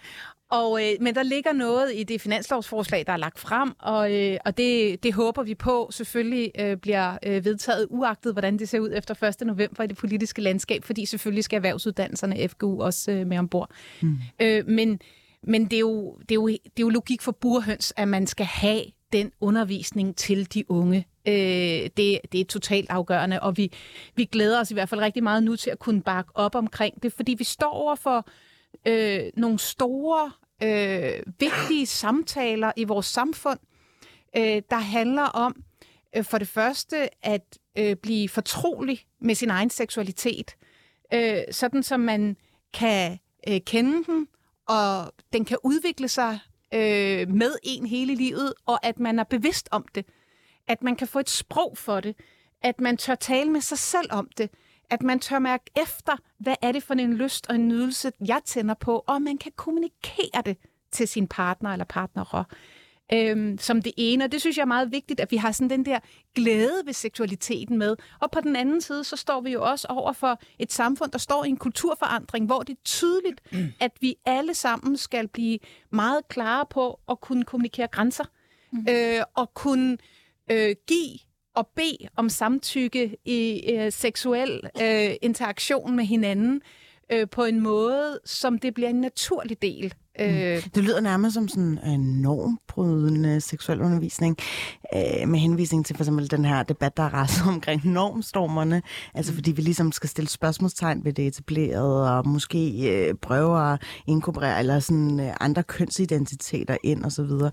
G: Og, øh, men der ligger noget i det finanslovsforslag, der er lagt frem, og, øh, og det, det håber vi på selvfølgelig øh, bliver øh, vedtaget uagtet, hvordan det ser ud efter første november i det politiske landskab, fordi selvfølgelig skal erhvervsuddannelserne F G U også øh, med ombord. Mm. Øh, men men det, er jo, det, er jo, det er jo logik for burhøns, at man skal have den undervisning til de unge. Øh, det, det er totalt afgørende, og vi, vi glæder os i hvert fald rigtig meget nu til at kunne bakke op omkring det, fordi vi står over for øh, nogle store Øh, vigtige samtaler i vores samfund, øh, der handler om øh, for det første at øh, blive fortrolig med sin egen seksualitet, øh, sådan som man kan øh, kende den, og den kan udvikle sig øh, med en hele livet, og at man er bevidst om det, at man kan få et sprog for det, at man tør tale med sig selv om det, at man tør mærke efter, hvad er det for en lyst og en nydelse, jeg tænder på, og man kan kommunikere det til sin partner eller partnerer øhm, som det ene. Og det synes jeg er meget vigtigt, at vi har sådan den der glæde ved seksualiteten med. Og på den anden side, så står vi jo også over for et samfund, der står i en kulturforandring, hvor det er tydeligt, mm. at vi alle sammen skal blive meget klare på at kunne kommunikere grænser, mm. øh, og kunne øh, give og bede om samtykke i øh, seksuel øh, interaktion med hinanden øh, på en måde, som det bliver en naturlig del. Mm. Øh,
C: det lyder nærmest som sådan en normbrydende seksuel undervisning, øh, med henvisning til for eksempel den her debat, der er rasset omkring normstormerne, altså mm. fordi vi ligesom skal stille spørgsmålstegn ved det etablerede, og måske øh, prøve at inkorporere eller sådan øh, andre kønsidentiteter ind og så videre.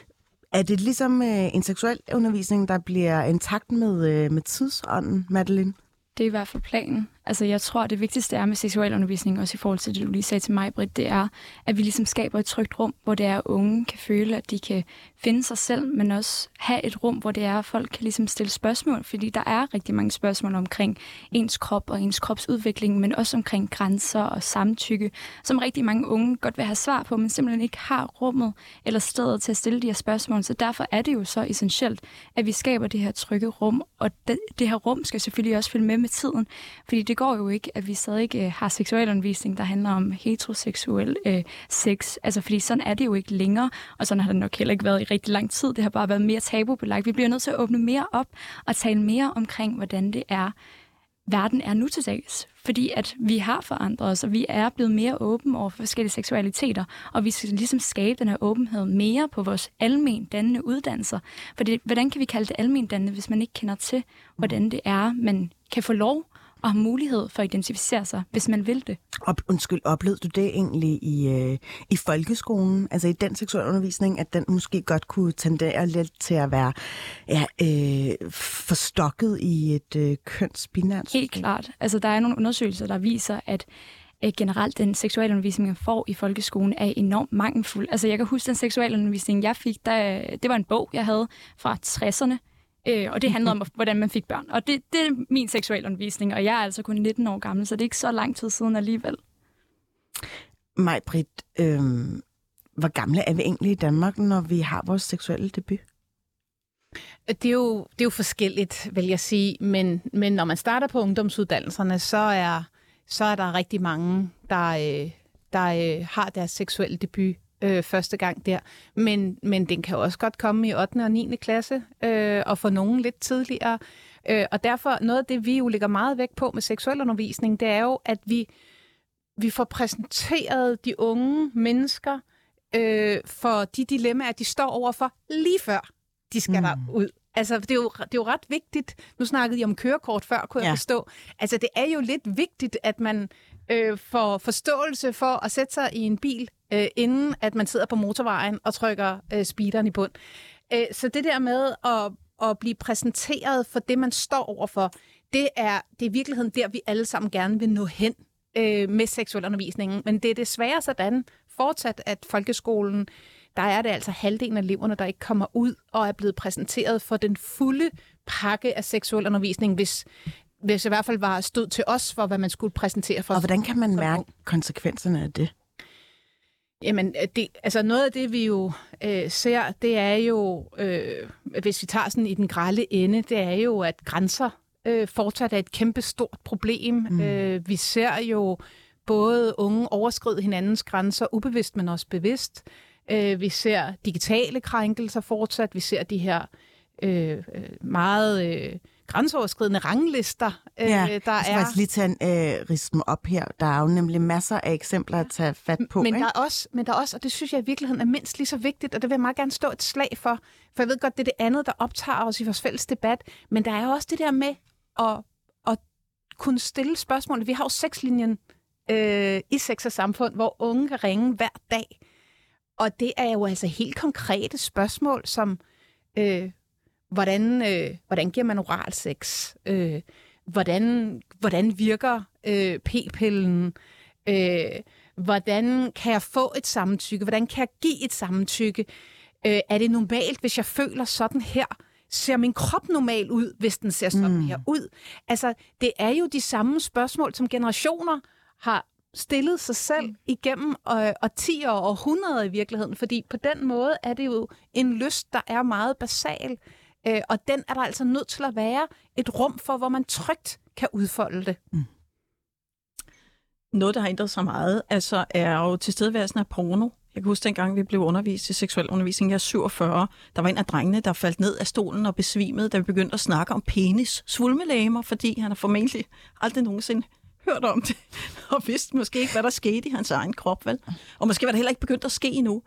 C: Er det ligesom øh, en seksuel undervisning, der bliver intakt med, øh, med tidsånden, Madeline?
H: Det er i hvert fald planen. Altså, jeg tror, det vigtigste er med seksualundervisning, også i forhold til det, du lige sagde til mig, Britt, det er, at vi ligesom skaber et trygt rum, hvor det er, at unge kan føle, at de kan finde sig selv, men også have et rum, hvor det er, at folk kan ligesom stille spørgsmål, fordi der er rigtig mange spørgsmål omkring ens krop og ens kropsudvikling, men også omkring grænser og samtykke, som rigtig mange unge godt vil have svar på, men simpelthen ikke har rummet eller stedet til at stille de her spørgsmål. Så derfor er det jo så essentielt, at vi skaber det her trygge rum, og det, det her rum skal selvfølgelig også følge med med tiden, fordi det går jo ikke, at vi stadig øh, har seksualundervisning, der handler om heteroseksuel øh, sex. Altså, fordi sådan er det jo ikke længere, og sådan har det nok heller ikke været i rigtig lang tid. Det har bare været mere tabubelagt. Vi bliver nødt til at åbne mere op og tale mere omkring, hvordan det er, verden er nu til dags. Fordi at vi har forandret os, og vi er blevet mere åbne over for forskellige seksualiteter, og vi skal ligesom skabe den her åbenhed mere på vores almen dannende uddannelser. Fordi hvordan kan vi kalde det almen dannende, hvis man ikke kender til, hvordan det er, man kan få lov og have mulighed for at identificere sig, hvis man vil det.
C: Op, undskyld, oplevede du det egentlig i, øh, i folkeskolen, altså i den seksuelle undervisning, at den måske godt kunne tendere lidt til at være ja, øh, forstokket i et øh, kønsbinært system?
H: Helt klart. Altså, der er nogle undersøgelser, der viser, at øh, generelt den seksualundervisning, man får i folkeskolen, er enormt mangelfuld. Altså, jeg kan huske den seksualundervisning, jeg fik, der, det var en bog, jeg havde fra tresserne, Øh, og det handler om, hvordan man fik børn. Og det, det er min seksualundervisning, og jeg er altså kun nitten år gammel, så det er ikke så lang tid siden alligevel.
C: Maj-Britt, øh, hvor gamle er vi egentlig i Danmark, når vi har vores seksuelle debut?
G: Det er jo, det er jo forskelligt, vil jeg sige, men, men når man starter på ungdomsuddannelserne, så er, så er der rigtig mange, der, øh, der øh, har deres seksuelle debut Øh, første gang der. Men, men den kan også godt komme i ottende og niende klasse, øh, og for nogen lidt tidligere. Øh, og derfor, noget af det, vi jo lægger meget vægt på med seksualundervisning, det er jo, at vi, vi får præsenteret de unge mennesker øh, for de dilemmaer, de står overfor lige før de skal mm. derud. Altså, det er, jo, det er jo ret vigtigt. Nu snakkede I om kørekort før, kunne ja. jeg forstå. Altså, det er jo lidt vigtigt, at man øh, får forståelse for at sætte sig i en bil, øh, inden at man sidder på motorvejen og trykker øh, speederen i bund. Øh, så det der med at, at blive præsenteret for det, man står overfor, det er, det er i virkeligheden der, vi alle sammen gerne vil nå hen øh, med seksualundervisningen. Men det er desværre sådan fortsat, at folkeskolen, der er det altså halvdelen af eleverne, der ikke kommer ud og er blevet præsenteret for den fulde pakke af seksuel undervisning, hvis, hvis i hvert fald var stod til os for, hvad man skulle præsentere for.
C: Og hvordan kan man mærke konsekvenserne af det?
G: Jamen, det, altså noget af det, vi jo øh, ser, det er jo, øh, hvis vi tager sådan i den grelle ende, det er jo, at grænser øh, fortsat er et kæmpe stort problem. Mm. Øh, vi ser jo både unge overskride hinandens grænser, ubevidst, men også bevidst. Øh, vi ser digitale krænkelser fortsat. Vi ser de her øh, meget øh, grænseoverskridende ranglister, øh,
C: ja,
G: der
C: jeg skal
G: er.
C: faktisk lige tage en øh, risme op her. Der er jo nemlig masser af eksempler at tage fat på.
G: Men
C: ikke?
G: der, er også, men der er også, og det synes jeg i virkeligheden er mindst lige så vigtigt, og det vil jeg meget gerne stå et slag for, for jeg ved godt, det er det andet, der optager os i vores fælles debat, men der er jo også det der med at, at kunne stille spørgsmål. Vi har jo sexlinjen øh, i Sex og Samfund, hvor unge kan ringe hver dag, og det er jo altså helt konkrete spørgsmål, som øh, hvordan, øh, hvordan giver man oral sex? Øh, hvordan, hvordan virker øh, p-pillen? Øh, hvordan kan jeg få et samtykke? Hvordan kan jeg give et samtykke? Øh, er det normalt, hvis jeg føler sådan her? Ser min krop normal ud, hvis den ser sådan mm. her ud? Altså, det er jo de samme spørgsmål, som generationer har stillet sig selv mm. igennem øh, årtier og århundreder i virkeligheden, fordi på den måde er det jo en lyst, der er meget basal, øh, og den er der altså nødt til at være et rum for, hvor man trygt kan udfolde det. Mm.
F: Noget, der har ændret sig meget, altså er jo tilstedeværelsen af porno. Jeg kan huske, dengang vi blev undervist i seksuel undervisning, jeg er syvogfyrre, der var en af drengene, der faldt ned af stolen og besvimede, da vi begyndte at snakke om penis, svulmelæmer, fordi han har formentlig aldrig nogensinde hørt om det, og vidste måske ikke, hvad der skete i hans egen krop, vel? Og måske var det heller ikke begyndt at ske endnu.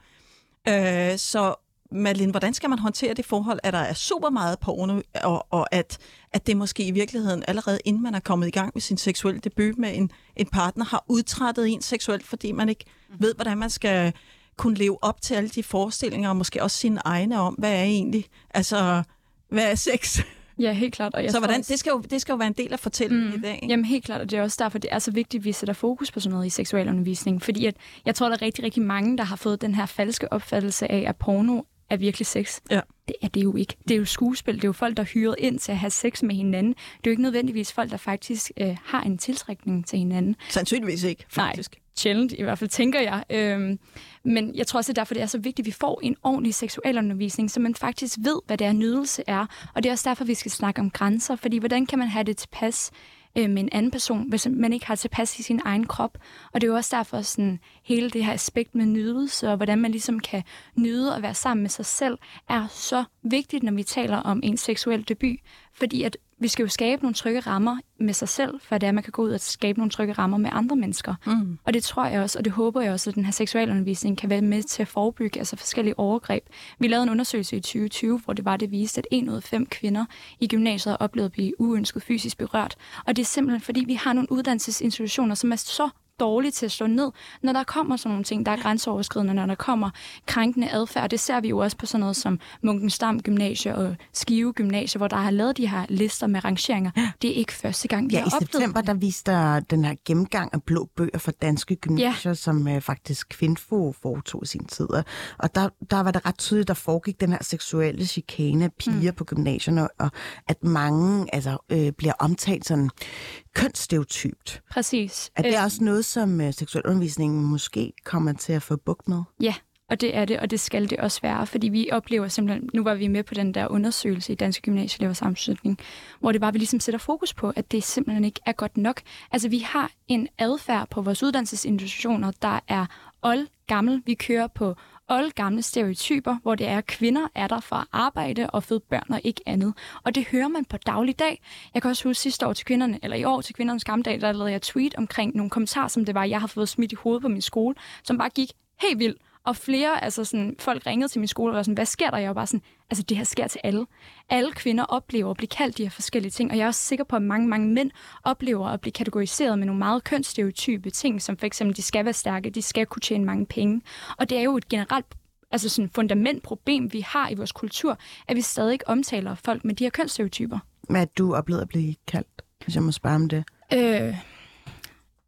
F: Øh, så Madeleine, hvordan skal man håndtere det forhold, at der er super meget porno, og, og at, at det måske i virkeligheden allerede inden man er kommet i gang med sin seksuelle debut med en, en partner, har udtrættet en seksuelt, fordi man ikke ved, hvordan man skal kunne leve op til alle de forestillinger, og måske også sine egne om, hvad er egentlig, altså, hvad er sex?
H: Ja, helt klart. Og jeg
F: så hvordan,
H: også...
F: det, skal jo, det skal jo være en del af fortællingen mm. i dag. Ikke?
H: Jamen helt klart, og det er også derfor, det er så vigtigt, at vi sætter fokus på sådan noget i seksualundervisning. Fordi at, jeg tror, der er rigtig, rigtig mange, der har fået den her falske opfattelse af, at porno er virkelig sex. Ja. Det er det jo ikke. Det er jo skuespil. Det er jo folk, der er hyret ind til at have sex med hinanden. Det er jo ikke nødvendigvis folk, der faktisk øh, har en tiltrækning til hinanden.
F: Sandsynligvis ikke, faktisk.
H: Nej, sjældent i hvert fald, tænker jeg. Øhm, men jeg tror også, det er derfor, det er så vigtigt, at vi får en ordentlig seksualundervisning, så man faktisk ved, hvad det er, nydelse er. Og det er også derfor, vi skal snakke om grænser. Fordi hvordan kan man have det tilpas øh, med en anden person, hvis man ikke har tilpas i sin egen krop? Og det er jo også derfor, sådan, hele det her aspekt med nydelse, og hvordan man ligesom kan nyde og være sammen med sig selv, er så vigtigt, når vi taler om en seksuel debut. Fordi at vi skal jo skabe nogle trygge rammer med sig selv, for det er, at man kan gå ud og skabe nogle trygge rammer med andre mennesker. Mm. Og det tror jeg også, og det håber jeg også, at den her seksualundervisning kan være med til at forebygge altså forskellige overgreb. Vi lavede en undersøgelse i tyve tyve, hvor det var, det viste, at en ud af fem kvinder i gymnasiet har oplevet at blive uønsket fysisk berørt. Og det er simpelthen, fordi vi har nogle uddannelsesinstitutioner, som er så dårligt til at slå ned, når der kommer sådan nogle ting, der er grænseoverskridende, når der kommer krænkende adfærd. Det ser vi jo også på sådan noget som Munkensdam Gymnasie og Skive Gymnasie, hvor der har lavet de her lister med rangeringer. Det er ikke første gang, vi
C: ja,
H: har
C: oplevet. Ja, i september, der viste der den her gennemgang af blå bøger for danske gymnasier, ja. som uh, faktisk Kvinfo foretog i sin tid. Og der, der var det ret tydeligt, der foregik den her seksuelle chikane af piger mm. på gymnasierne, og at mange altså, øh, bliver omtalt sådan kønsstereotypt.
H: Præcis.
C: Er det øh, også noget, som uh, seksualundervisningen måske kommer til at få bugt med?
H: Ja, og det er det, og det skal det også være, fordi vi oplever simpelthen, nu var vi med på den der undersøgelse i Danske Gymnasieelever Sammenslutning, hvor det bare, vi ligesom sætter fokus på, at det simpelthen ikke er godt nok. Altså, vi har en adfærd på vores uddannelsesinstitutioner, der er oldgammel. Vi kører på oldgamle stereotyper, hvor det er, at kvinder er der for at arbejde og føde børn og ikke andet. Og det hører man på dagligdag. Jeg kan også huske sidste år til kvinderne, eller i år til kvindernes skamdag, der lavede jeg tweet omkring nogle kommentarer, som det var, jeg har fået smidt i hovedet på min skole, som bare gik helt vildt. Og flere, altså sådan, folk ringede til min skole og var sådan, hvad sker der? Jeg var bare sådan, altså det her sker til alle. Alle kvinder oplever at blive kaldt de her forskellige ting, og jeg er også sikker på, at mange, mange mænd oplever at blive kategoriseret med nogle meget kønsstereotype ting, som for eksempel, de skal være stærke, de skal kunne tjene mange penge. Og det er jo et generelt altså sådan fundamentproblem, vi har i vores kultur, at vi stadig ikke omtaler folk med de her kønsstereotyper.
C: Hvad er du oplevet at blive kaldt, hvis jeg må spørge om det?
H: Øh...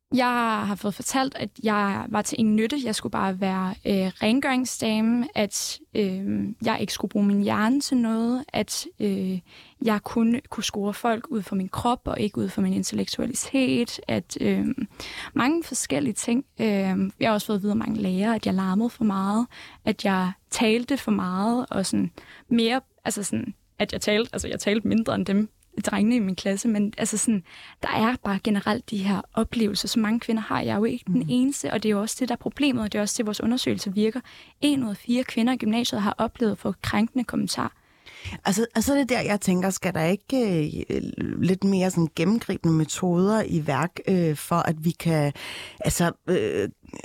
H: Jeg har fået fortalt, at jeg var til ingen nytte. Jeg skulle bare være øh, rengøringsdame, at øh, jeg ikke skulle bruge min hjerne til noget, at øh, jeg kun kunne score folk ud fra min krop og ikke ud fra min intellektualitet, at øh, mange forskellige ting. Øh, jeg har også fået at vide af mange lærere, at jeg larmede for meget, at jeg talte for meget, og sådan mere, altså sådan, at jeg talte, altså jeg talte mindre end dem, drengene i min klasse, men altså sådan, der er bare generelt de her oplevelser, som mange kvinder har. Jeg er jo ikke mm. den eneste, og det er jo også det, der er problemet, og det er også det, vores undersøgelser virker. En ud af fire kvinder i gymnasiet har oplevet at få krænkende kommentarer.
C: Altså, altså det der, jeg tænker, skal der ikke øh, lidt mere sådan gennemgribende metoder i værk, øh, for at vi kan altså øh,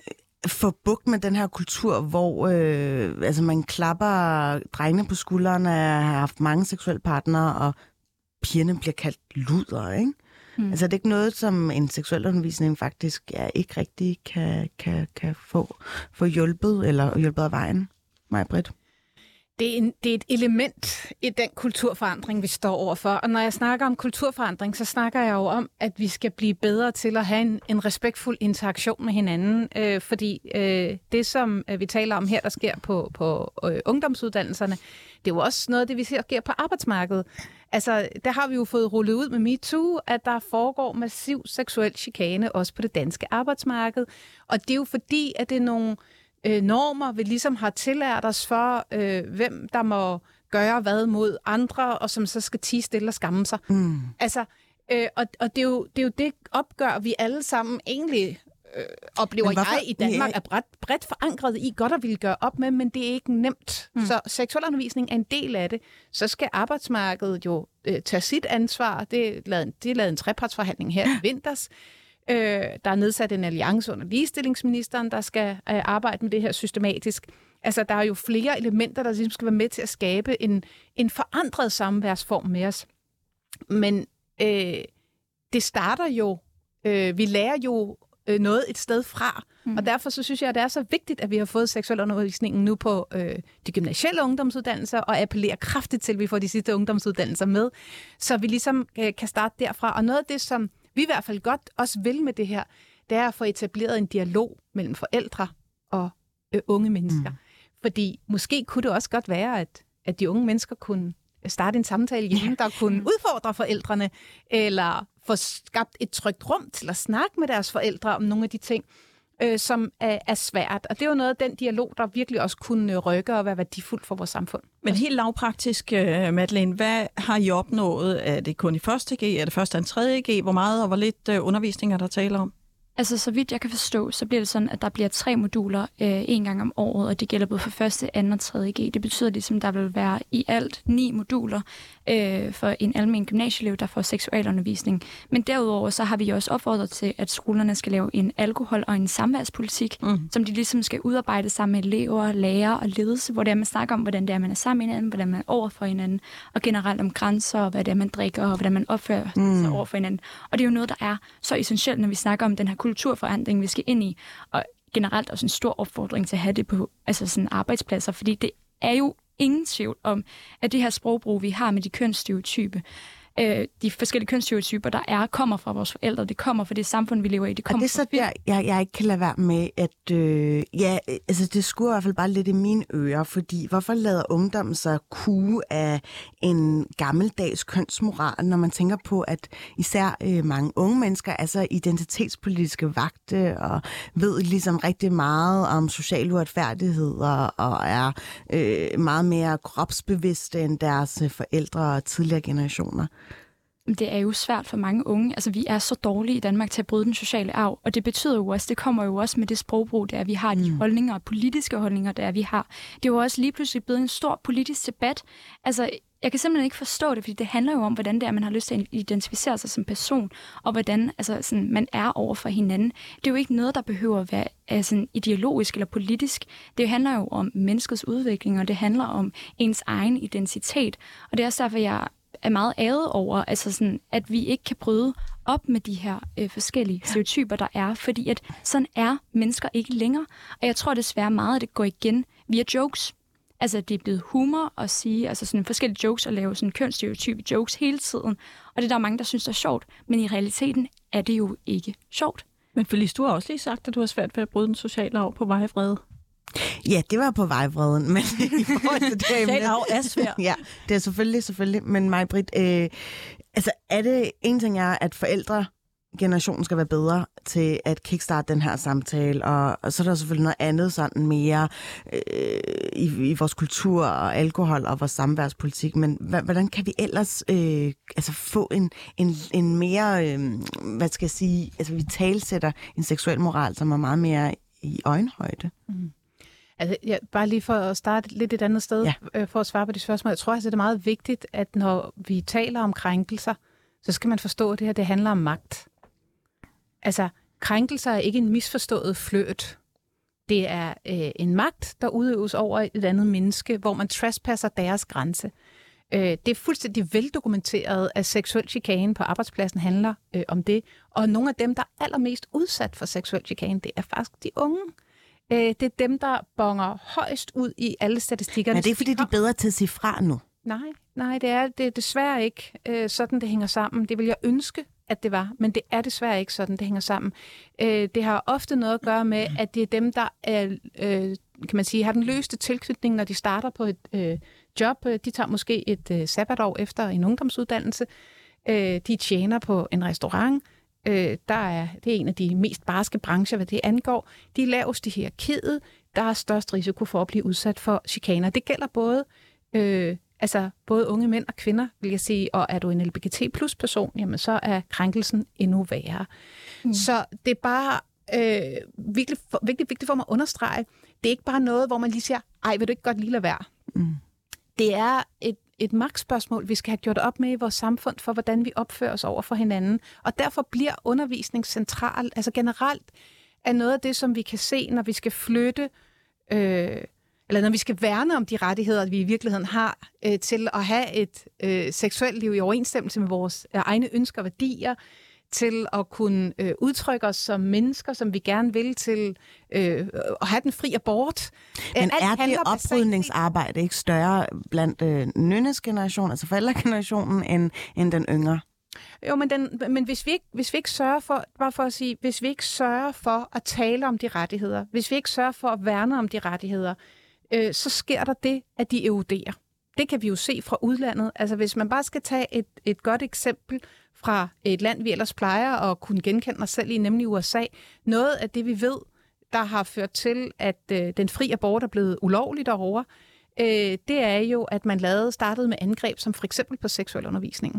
C: få bugt med den her kultur, hvor øh, altså man klapper drengene på skuldrene, har haft mange seksuelle partnere, og pigerne bliver kaldt luder, ikke? Mm. Altså det er ikke noget, som en seksuel undervisning faktisk ja, ikke rigtig kan, kan, kan få, få hjulpet, eller hjulpet af vejen, Maj-Britt.
G: Det er, en, det er et element i den kulturforandring, vi står overfor. Og når jeg snakker om kulturforandring, så snakker jeg jo om, at vi skal blive bedre til at have en, en respektfuld interaktion med hinanden. Øh, fordi øh, det, som øh, vi taler om her, der sker på, på øh, ungdomsuddannelserne, det er jo også noget af det, vi ser sker på arbejdsmarkedet. Altså, der har vi jo fået rullet ud med MeToo, at der foregår massiv seksuel chikane også på det danske arbejdsmarked. Og det er jo fordi, at det er nogle øh, normer, vi ligesom har tillært os for, øh, hvem der må gøre hvad mod andre, og som så skal tie stille og skamme sig. Mm. Altså, øh, og, og det, er jo, det er jo det opgør, vi alle sammen egentlig øh, oplever jeg i Danmark, er bredt, bredt forankret i godt at ville gøre op med, men det er ikke nemt. Mm. Så seksualundervisning er en del af det. Så skal arbejdsmarkedet jo øh, tage sit ansvar. Det er lavet, det er lavet en trepartsforhandling her i vinters. Øh, der er nedsat en alliance under ligestillingsministeren, der skal øh, arbejde med det her systematisk. Altså, der er jo flere elementer, der ligesom skal være med til at skabe en, en forandret samværsform med os. Men øh, det starter jo, øh, vi lærer jo øh, noget et sted fra, mm. og derfor så synes jeg, at det er så vigtigt, at vi har fået seksualundervisningen nu på øh, de gymnasielle ungdomsuddannelser, og appellerer kraftigt til, at vi får de sidste ungdomsuddannelser med, så vi ligesom øh, kan starte derfra. Og noget af det, som vi i hvert fald godt også vil med det her, det er at få etableret en dialog mellem forældre og øh, unge mennesker. Mm. Fordi måske kunne det også godt være, at, at de unge mennesker kunne starte en samtale hjemme, der kunne udfordre forældrene, eller få skabt et trygt rum til at snakke med deres forældre om nogle af de ting, øh, som er, er svært. Og det er jo noget af den dialog, der virkelig også kunne rykke og være værdifuldt for vores samfund.
F: Men helt lavpraktisk, uh, Madeleine, hvad har I opnået? Er det kun i første G? Er det første og tredje G? Hvor meget og hvor lidt uh, undervisning er der tale om?
H: Altså, så vidt jeg kan forstå, så bliver det sådan, at der bliver tre moduler øh, en gang om året, og det gælder både for første, anden og tredje G. Det betyder ligesom, at der vil være i alt ni moduler øh, for en almen gymnasieelev, der får seksualundervisning. Men derudover så har vi også opfordret til, at skolerne skal lave en alkohol- og en samværspolitik, mm. som de ligesom skal udarbejde sammen med elever, lærere og ledelse, hvor det er, man snakker om, hvordan det er, man er sammen med hinanden, hvordan man er over for hinanden, og generelt om grænser, og hvad det er, man drikker, og hvordan man opfører mm. sig over for hinanden. Og det er jo noget, der er så essentielt, når vi snakker om den her kulturforandring, vi skal ind i, og generelt også en stor opfordring til at have det på altså sådan arbejdspladser, fordi det er jo ingen tvivl om, at det her sprogbrug, vi har med de kønsstereotype, øh, de forskellige kønsstereotyper, der er, kommer fra vores forældre, det kommer fra det samfund, vi lever i. Det kommer
C: og det er så der, jeg, jeg ikke kan lade være med, at øh, ja, altså det skulle i hvert fald bare lidt i mine ører, fordi hvorfor lader ungdommen sig kue af en gammeldags kønsmoral, når man tænker på, at især øh, mange unge mennesker er så identitetspolitiske vagte og ved ligesom rigtig meget om social uretfærdighed og, og er øh, meget mere kropsbevidste end deres forældre og tidligere generationer.
H: Det er jo svært for mange unge. Altså, vi er så dårlige i Danmark til at bryde den sociale arv, og det betyder jo også, det kommer jo også med det sprogbrug, der vi har, de mm. holdninger, politiske holdninger, der vi har. Det er jo også lige pludselig blevet en stor politisk debat. Altså, jeg kan simpelthen ikke forstå det, fordi det handler jo om, hvordan det er, man har lyst til at identificere sig som person, og hvordan altså, sådan, man er over for hinanden. Det er jo ikke noget, der behøver at være altså, ideologisk eller politisk. Det handler jo om menneskets udvikling, og det handler om ens egen identitet. Og det er også derfor, jeg er meget ærget over, altså sådan, at vi ikke kan bryde op med de her øh, forskellige stereotyper, der er, fordi at sådan er mennesker ikke længere. Og jeg tror desværre meget, at det går igen via jokes. Altså, det er blevet humor at sige, altså sådan forskellige jokes, og lave sådan kønsstereotype jokes hele tiden. Og det er der mange, der synes, det er sjovt, men i realiteten er det jo ikke sjovt.
F: Men Felice, du har også lige sagt, at du har svært ved at bryde den sociale arv på vejvrede.
C: Ja, det var på vejvreden, men i forhold til det
F: Social arv er svært.
C: Ja, det er selvfølgelig, selvfølgelig. Men Maj-Britt, øh, altså er det en ting er, at forældre generationen skal være bedre til at kickstarte den her samtale, og, og så er der selvfølgelig noget andet sådan mere øh, i, i vores kultur og alkohol og vores samværspolitik, men hvordan kan vi ellers øh, altså få en, en, en mere, øh, hvad skal jeg sige, altså vi talsætter en seksuel moral, som er meget mere i øjenhøjde?
G: Mm. Altså, ja, bare lige for at starte lidt et andet sted, ja. øh, for at svare på de spørgsmål. Jeg tror altså, det er meget vigtigt, at når vi taler om krænkelser, så skal man forstå, at det her det handler om magt. Altså, krænkelser er ikke en misforstået flirt. Det er øh, en magt, der udøves over et andet menneske, hvor man trespasser deres grænse. Øh, det er fuldstændig veldokumenteret, at seksuel chikane på arbejdspladsen handler øh, om det. Og nogle af dem, der er allermest udsat for seksuel chikane, det er faktisk de unge. Øh, det er dem, der bonger højst ud i alle statistikkerne.
C: Men det er fordi, de er bedre til at sige fra nu?
G: Nej, nej, det er det er desværre ikke øh, sådan, det hænger sammen. Det vil jeg ønske, at det var, men det er desværre ikke sådan, det hænger sammen. Øh, det har ofte noget at gøre med, at det er dem, der er, øh, kan man sige, har den løste tilknytning, når de starter på et øh, job. De tager måske et øh, sabbatår efter en ungdomsuddannelse. Øh, de tjener på en restaurant. Øh, der er, det er en af de mest barske brancher, hvad det angår. De er lavest i hierarkiet. Der er størst risiko for at blive udsat for chikaner. Det gælder både... Øh, Altså både unge mænd og kvinder, vil jeg sige, og er du en L G B T plus person, jamen så er krænkelsen endnu værre. Mm. Så det er bare øh, virkelig, for, virkelig vigtigt for mig at understrege, det er ikke bare noget, hvor man lige siger, ej, vil du ikke godt lige lade være? Mm. Det er et, et magtspørgsmål, vi skal have gjort op med i vores samfund, for hvordan vi opfører os over for hinanden. Og derfor bliver undervisning central, altså generelt er noget af det, som vi kan se, når vi skal flytte... Øh, eller når vi skal værne om de rettigheder, vi i virkeligheden har øh, til at have et øh, seksuelt liv i overensstemmelse med vores øh, egne ønsker og værdier, til at kunne øh, udtrykke os som mennesker, som vi gerne vil, til øh, at have den fri abort.
C: Men Alt er det oprydningsarbejde ikke større blandt øh, nynnes generation, altså forældregenerationen, end, end den yngre?
G: Jo, men, den, men hvis, vi ikke, hvis vi ikke sørger for, bare for at sige, hvis vi ikke sørger for at tale om de rettigheder, hvis vi ikke sørger for at værne om de rettigheder, øh, så sker der det, at de eroderer. Det kan vi jo se fra udlandet. Altså hvis man bare skal tage et, et godt eksempel fra et land, vi ellers plejer at kunne genkende os selv i, nemlig U S A. Noget af det, vi ved, der har ført til, at øh, den fri abort er blevet ulovlig derovre, øh, det er jo, at man lavede, startede med angreb, som for eksempel på seksualundervisningen.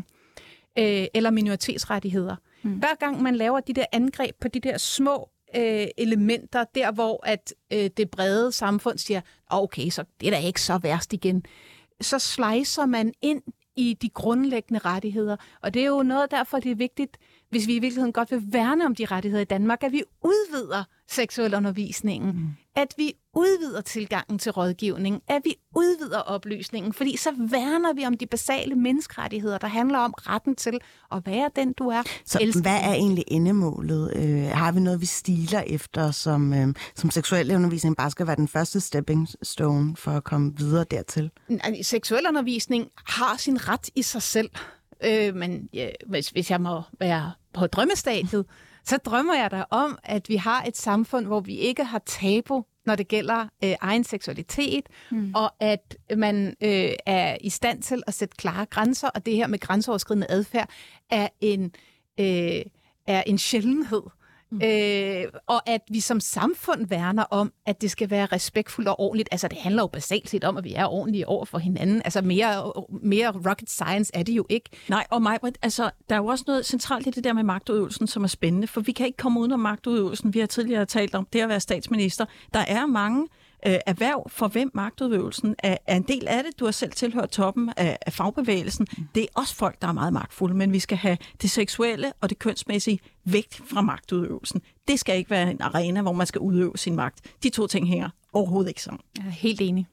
G: Øh, eller minoritetsrettigheder. Mm. Hver gang man laver de der angreb på de der små øh, elementer, der hvor at øh, det brede samfund siger, okay, så det er da ikke så værst igen, så slicer man ind i de grundlæggende rettigheder. Og det er jo noget derfor, det er vigtigt, hvis vi i virkeligheden godt vil værne om de rettigheder i Danmark, at vi udvider seksualundervisningen, mm. at vi udvider tilgangen til rådgivning, at vi udvider oplysningen, fordi så værner vi om de basale menneskerettigheder, der handler om retten til at være den, du er.
C: Så Elsker. Hvad er egentlig endemålet? Øh, har vi noget, vi stiler efter, som, øh, som seksuel undervisning bare skal være den første stepping stone for at komme videre dertil?
G: Seksuel undervisning har sin ret i sig selv. Øh, men ja, hvis, hvis jeg må være på drømmestadiet, så drømmer jeg da om, at vi har et samfund, hvor vi ikke har tabu, når det gælder øh, egen seksualitet, mm. og at man øh, er i stand til at sætte klare grænser, og det her med grænseoverskridende adfærd er en, øh, er en sjældenhed. Mm. Øh, og at vi som samfund værner om, at det skal være respektfuldt og ordentligt. Altså det handler jo basalt set om, at vi er ordentlige over for hinanden. Altså mere, mere rocket science er det jo ikke.
F: Nej, og Maj-Britt, altså der er jo også noget centralt i det der med magtudøvelsen, som er spændende, for vi kan ikke komme uden om magtudøvelsen. Vi har tidligere talt om det at være statsminister. Der er mange øh, erhverv, for hvem magtudøvelsen er, er en del af det. Du har selv tilhørt toppen af, af fagbevægelsen. Mm. Det er også folk, der er meget magtfulde, men vi skal have det seksuelle og det kønsmæssige væk fra magtudøvelsen. Det skal ikke være en arena, hvor man skal udøve sin magt. De to ting hænger overhovedet ikke sammen.
G: Jeg er helt enig.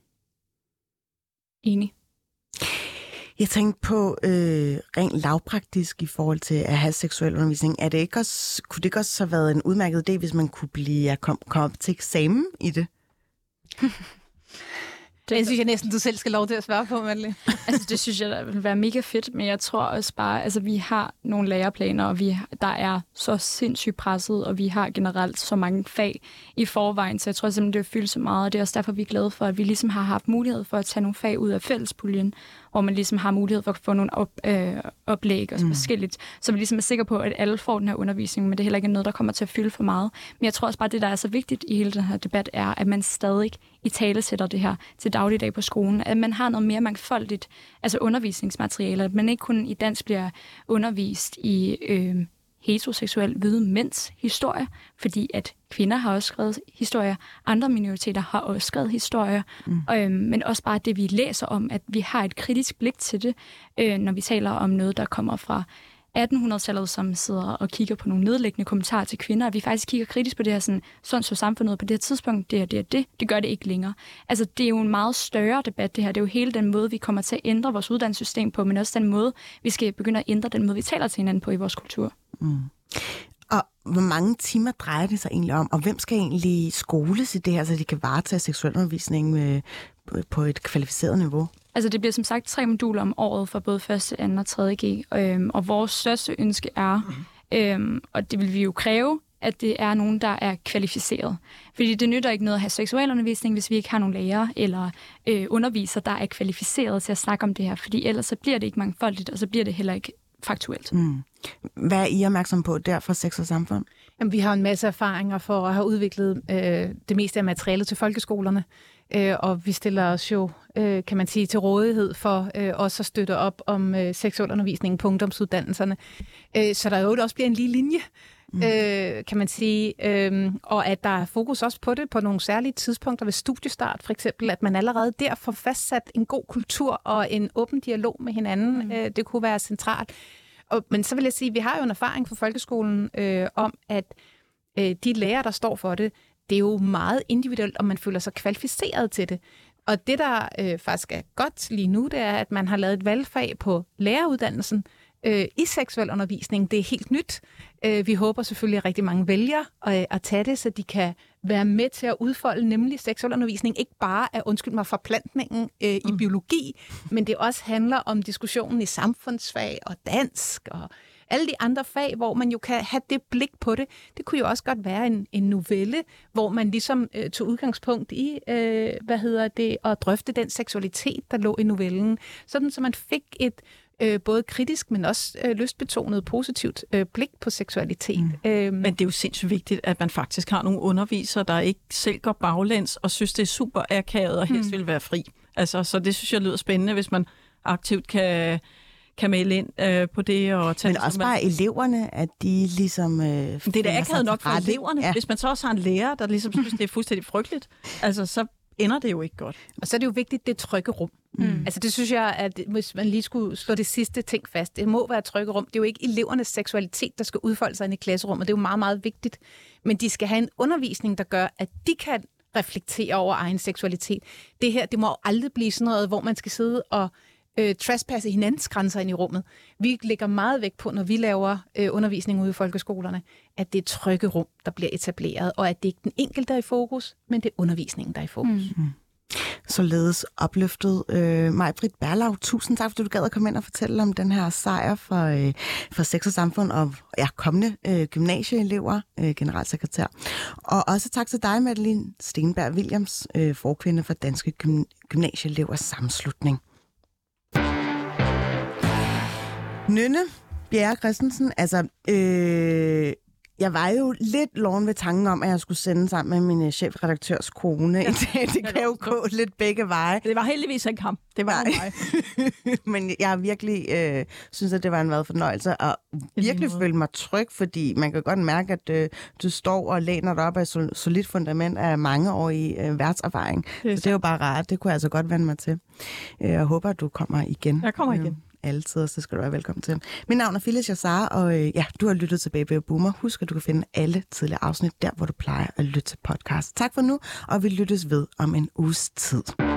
G: Enig.
C: Jeg tænkte på øh, rent lavpraktisk i forhold til at have seksuel undervisning. Er det ikke også, kunne det ikke også have været en udmærket idé, hvis man kunne blive komme kom til eksamen i det?
G: Det, det synes jeg næsten, du selv skal lov til at svare på, Madeleine.
H: Altså, det synes jeg, der vil være mega fedt, men jeg tror også bare, altså, vi har nogle læreplaner, og vi, der er så sindssygt presset, og vi har generelt så mange fag i forvejen, så jeg tror simpelthen, det vil fylde så meget, og det er også derfor, vi er glade for, at vi ligesom har haft mulighed for at tage nogle fag ud af fællespuljen, hvor man ligesom har mulighed for at få nogle op, øh, oplæg og så mm. forskelligt, så vi ligesom er sikre på, at alle får den her undervisning, men det er heller ikke noget, der kommer til at fylde for meget. Men jeg tror også bare, det, der er så vigtigt i hele den her debat, er, at man stadig i tale sætter det her til dagligdag på skolen, at man har noget mere mangfoldigt, altså undervisningsmateriale, at man ikke kun i dansk bliver undervist i øh, heteroseksuel hvide mænds historie, fordi at kvinder har også skrevet historier, andre minoriteter har også skrevet historier, mm. øh, men også bare det, vi læser om, at vi har et kritisk blik til det, øh, når vi taler om noget, der kommer fra attenhundredetallet, som sidder og kigger på nogle nedlæggende kommentarer til kvinder, at vi faktisk kigger kritisk på det her, sådan, sådan så samfundet på det her tidspunkt, det er det og det, det gør det ikke længere. Altså, det er jo en meget større debat, det her. Det er jo hele den måde, vi kommer til at ændre vores uddannelsessystem på, men også den måde, vi skal begynde at ændre den måde, vi taler til hinanden på i vores kultur.
C: Mm. Og hvor mange timer drejer det sig egentlig om, og hvem skal egentlig skoles i det her, så de kan varetage seksualundervisning øh, på et kvalificeret niveau?
H: Altså, det bliver som sagt tre moduler om året for både første, anden og tredje G, øhm, og vores største ønske er, øhm, og det vil vi jo kræve, at det er nogen, der er kvalificeret. Fordi det nytter ikke noget at have seksualundervisning, hvis vi ikke har nogen lærere eller øh, undervisere, der er kvalificeret til at snakke om det her, fordi ellers så bliver det ikke mangfoldigt, og så bliver det heller ikke faktuelt.
C: Mm. Hvad er I opmærksom på der fra Sex og Samfund?
G: Jamen, vi har en masse erfaringer for at have udviklet øh, det meste af materialet til folkeskolerne, øh, og vi stiller os jo, øh, kan man sige, til rådighed for øh, også at støtte op om øh, seksualundervisningen på ungdomsuddannelserne, øh, så der jo også bliver en lige linje, mm. øh, kan man sige, øh, og at der er fokus også på det på nogle særlige tidspunkter ved studiestart, for eksempel, at man allerede der får fastsat en god kultur og en åben dialog med hinanden. Mm. Øh, det kunne være centralt. Og, men så vil jeg sige, at vi har jo en erfaring fra folkeskolen øh, om, at øh, de lærere, der står for det, det er jo meget individuelt, om man føler sig kvalificeret til det. Og det, der øh, faktisk er godt lige nu, det er, at man har lavet et valgfag på læreruddannelsen øh, i seksuel undervisning. Det er helt nyt. Øh, vi håber selvfølgelig, at rigtig mange vælger at, at tage det, så de kan være med til at udfolde nemlig seksuel undervisning. Ikke bare af, undskyld mig, forplantningen øh, i mm. biologi, men det også handler om diskussionen i samfundsfag og dansk og alle de andre fag, hvor man jo kan have det blik på det. Det kunne jo også godt være en, en novelle, hvor man ligesom øh, tog udgangspunkt i, øh, hvad hedder det, at drøfte den seksualitet, der lå i novellen. Sådan, så man fik et øh, både kritisk, men også øh, lystbetonet positivt øh, blik på seksualitet. Mm. Øhm.
F: Men det er jo sindssygt vigtigt, at man faktisk har nogle undervisere, der ikke selv går baglæns og synes, det er super akavet og helst mm. vil være fri. Altså, så det synes jeg lyder spændende, hvis man aktivt kan... kan melde ind øh, på det. Og tage
C: men også bare man... eleverne, at de ligesom... Øh,
F: det er da akavet nok for eleverne. Ja. Hvis man så også har en lærer, der ligesom synes, det er fuldstændig frygteligt, altså så ender det jo ikke godt.
G: Og så er det jo vigtigt, det trygge rum. Mm. Altså det synes jeg, at hvis man lige skulle slå det sidste ting fast, det må være et trygge rum. Det er jo ikke elevernes seksualitet, der skal udfolde sig inde i klasserummet. Det er jo meget, meget vigtigt. Men de skal have en undervisning, der gør, at de kan reflektere over egen seksualitet. Det her, det må jo aldrig blive sådan noget, hvor man skal sidde og Øh, trespasse hinandens grænser ind i rummet. Vi lægger meget vægt på, når vi laver øh, undervisning ude i folkeskolerne, at det er trygge rum, der bliver etableret, og at det ikke er den enkelte, der er i fokus, men det er undervisningen, der er i fokus. Mm.
C: Således opløftet. Øh, Maj-Britt Berlau, tusind tak, fordi du gad at komme ind og fortælle om den her sejr for, øh, for Sex og Samfund og ja, kommende øh, gymnasieelever, øh, generalsekretær. Og også tak til dig, Madeleine Stenberg Williams, øh, forkvinde for Danske Gym- Gymnasieelevers Sammenslutning. Nynne Bjerre Christensen, altså, øh, jeg var jo lidt loven ved tanken om, at jeg skulle sende sammen med min chefredaktørs kone ja. i dag. Det kan jo gå lidt begge veje.
F: Det var heldigvis ikke ham. Det var mig.
C: Men jeg har virkelig øh, synes, at det var en meget fornøjelse, og virkelig følte mig tryg, fordi man kan godt mærke, at øh, du står og læner dig op af et solidt fundament af mange år i øh, værtserfaring. Det så det er jo bare rart. Det kunne jeg altså godt vende mig til. Jeg håber, at du kommer igen.
F: Jeg kommer igen.
C: Altid, og så skal du være velkommen til. Mit navn er Phyllis Jassar, og øh, ja, du har lyttet til Baby og Boomer. Husk, at du kan finde alle tidligere afsnit der, hvor du plejer at lytte til podcast. Tak for nu, og vi lyttes ved om en uges tid.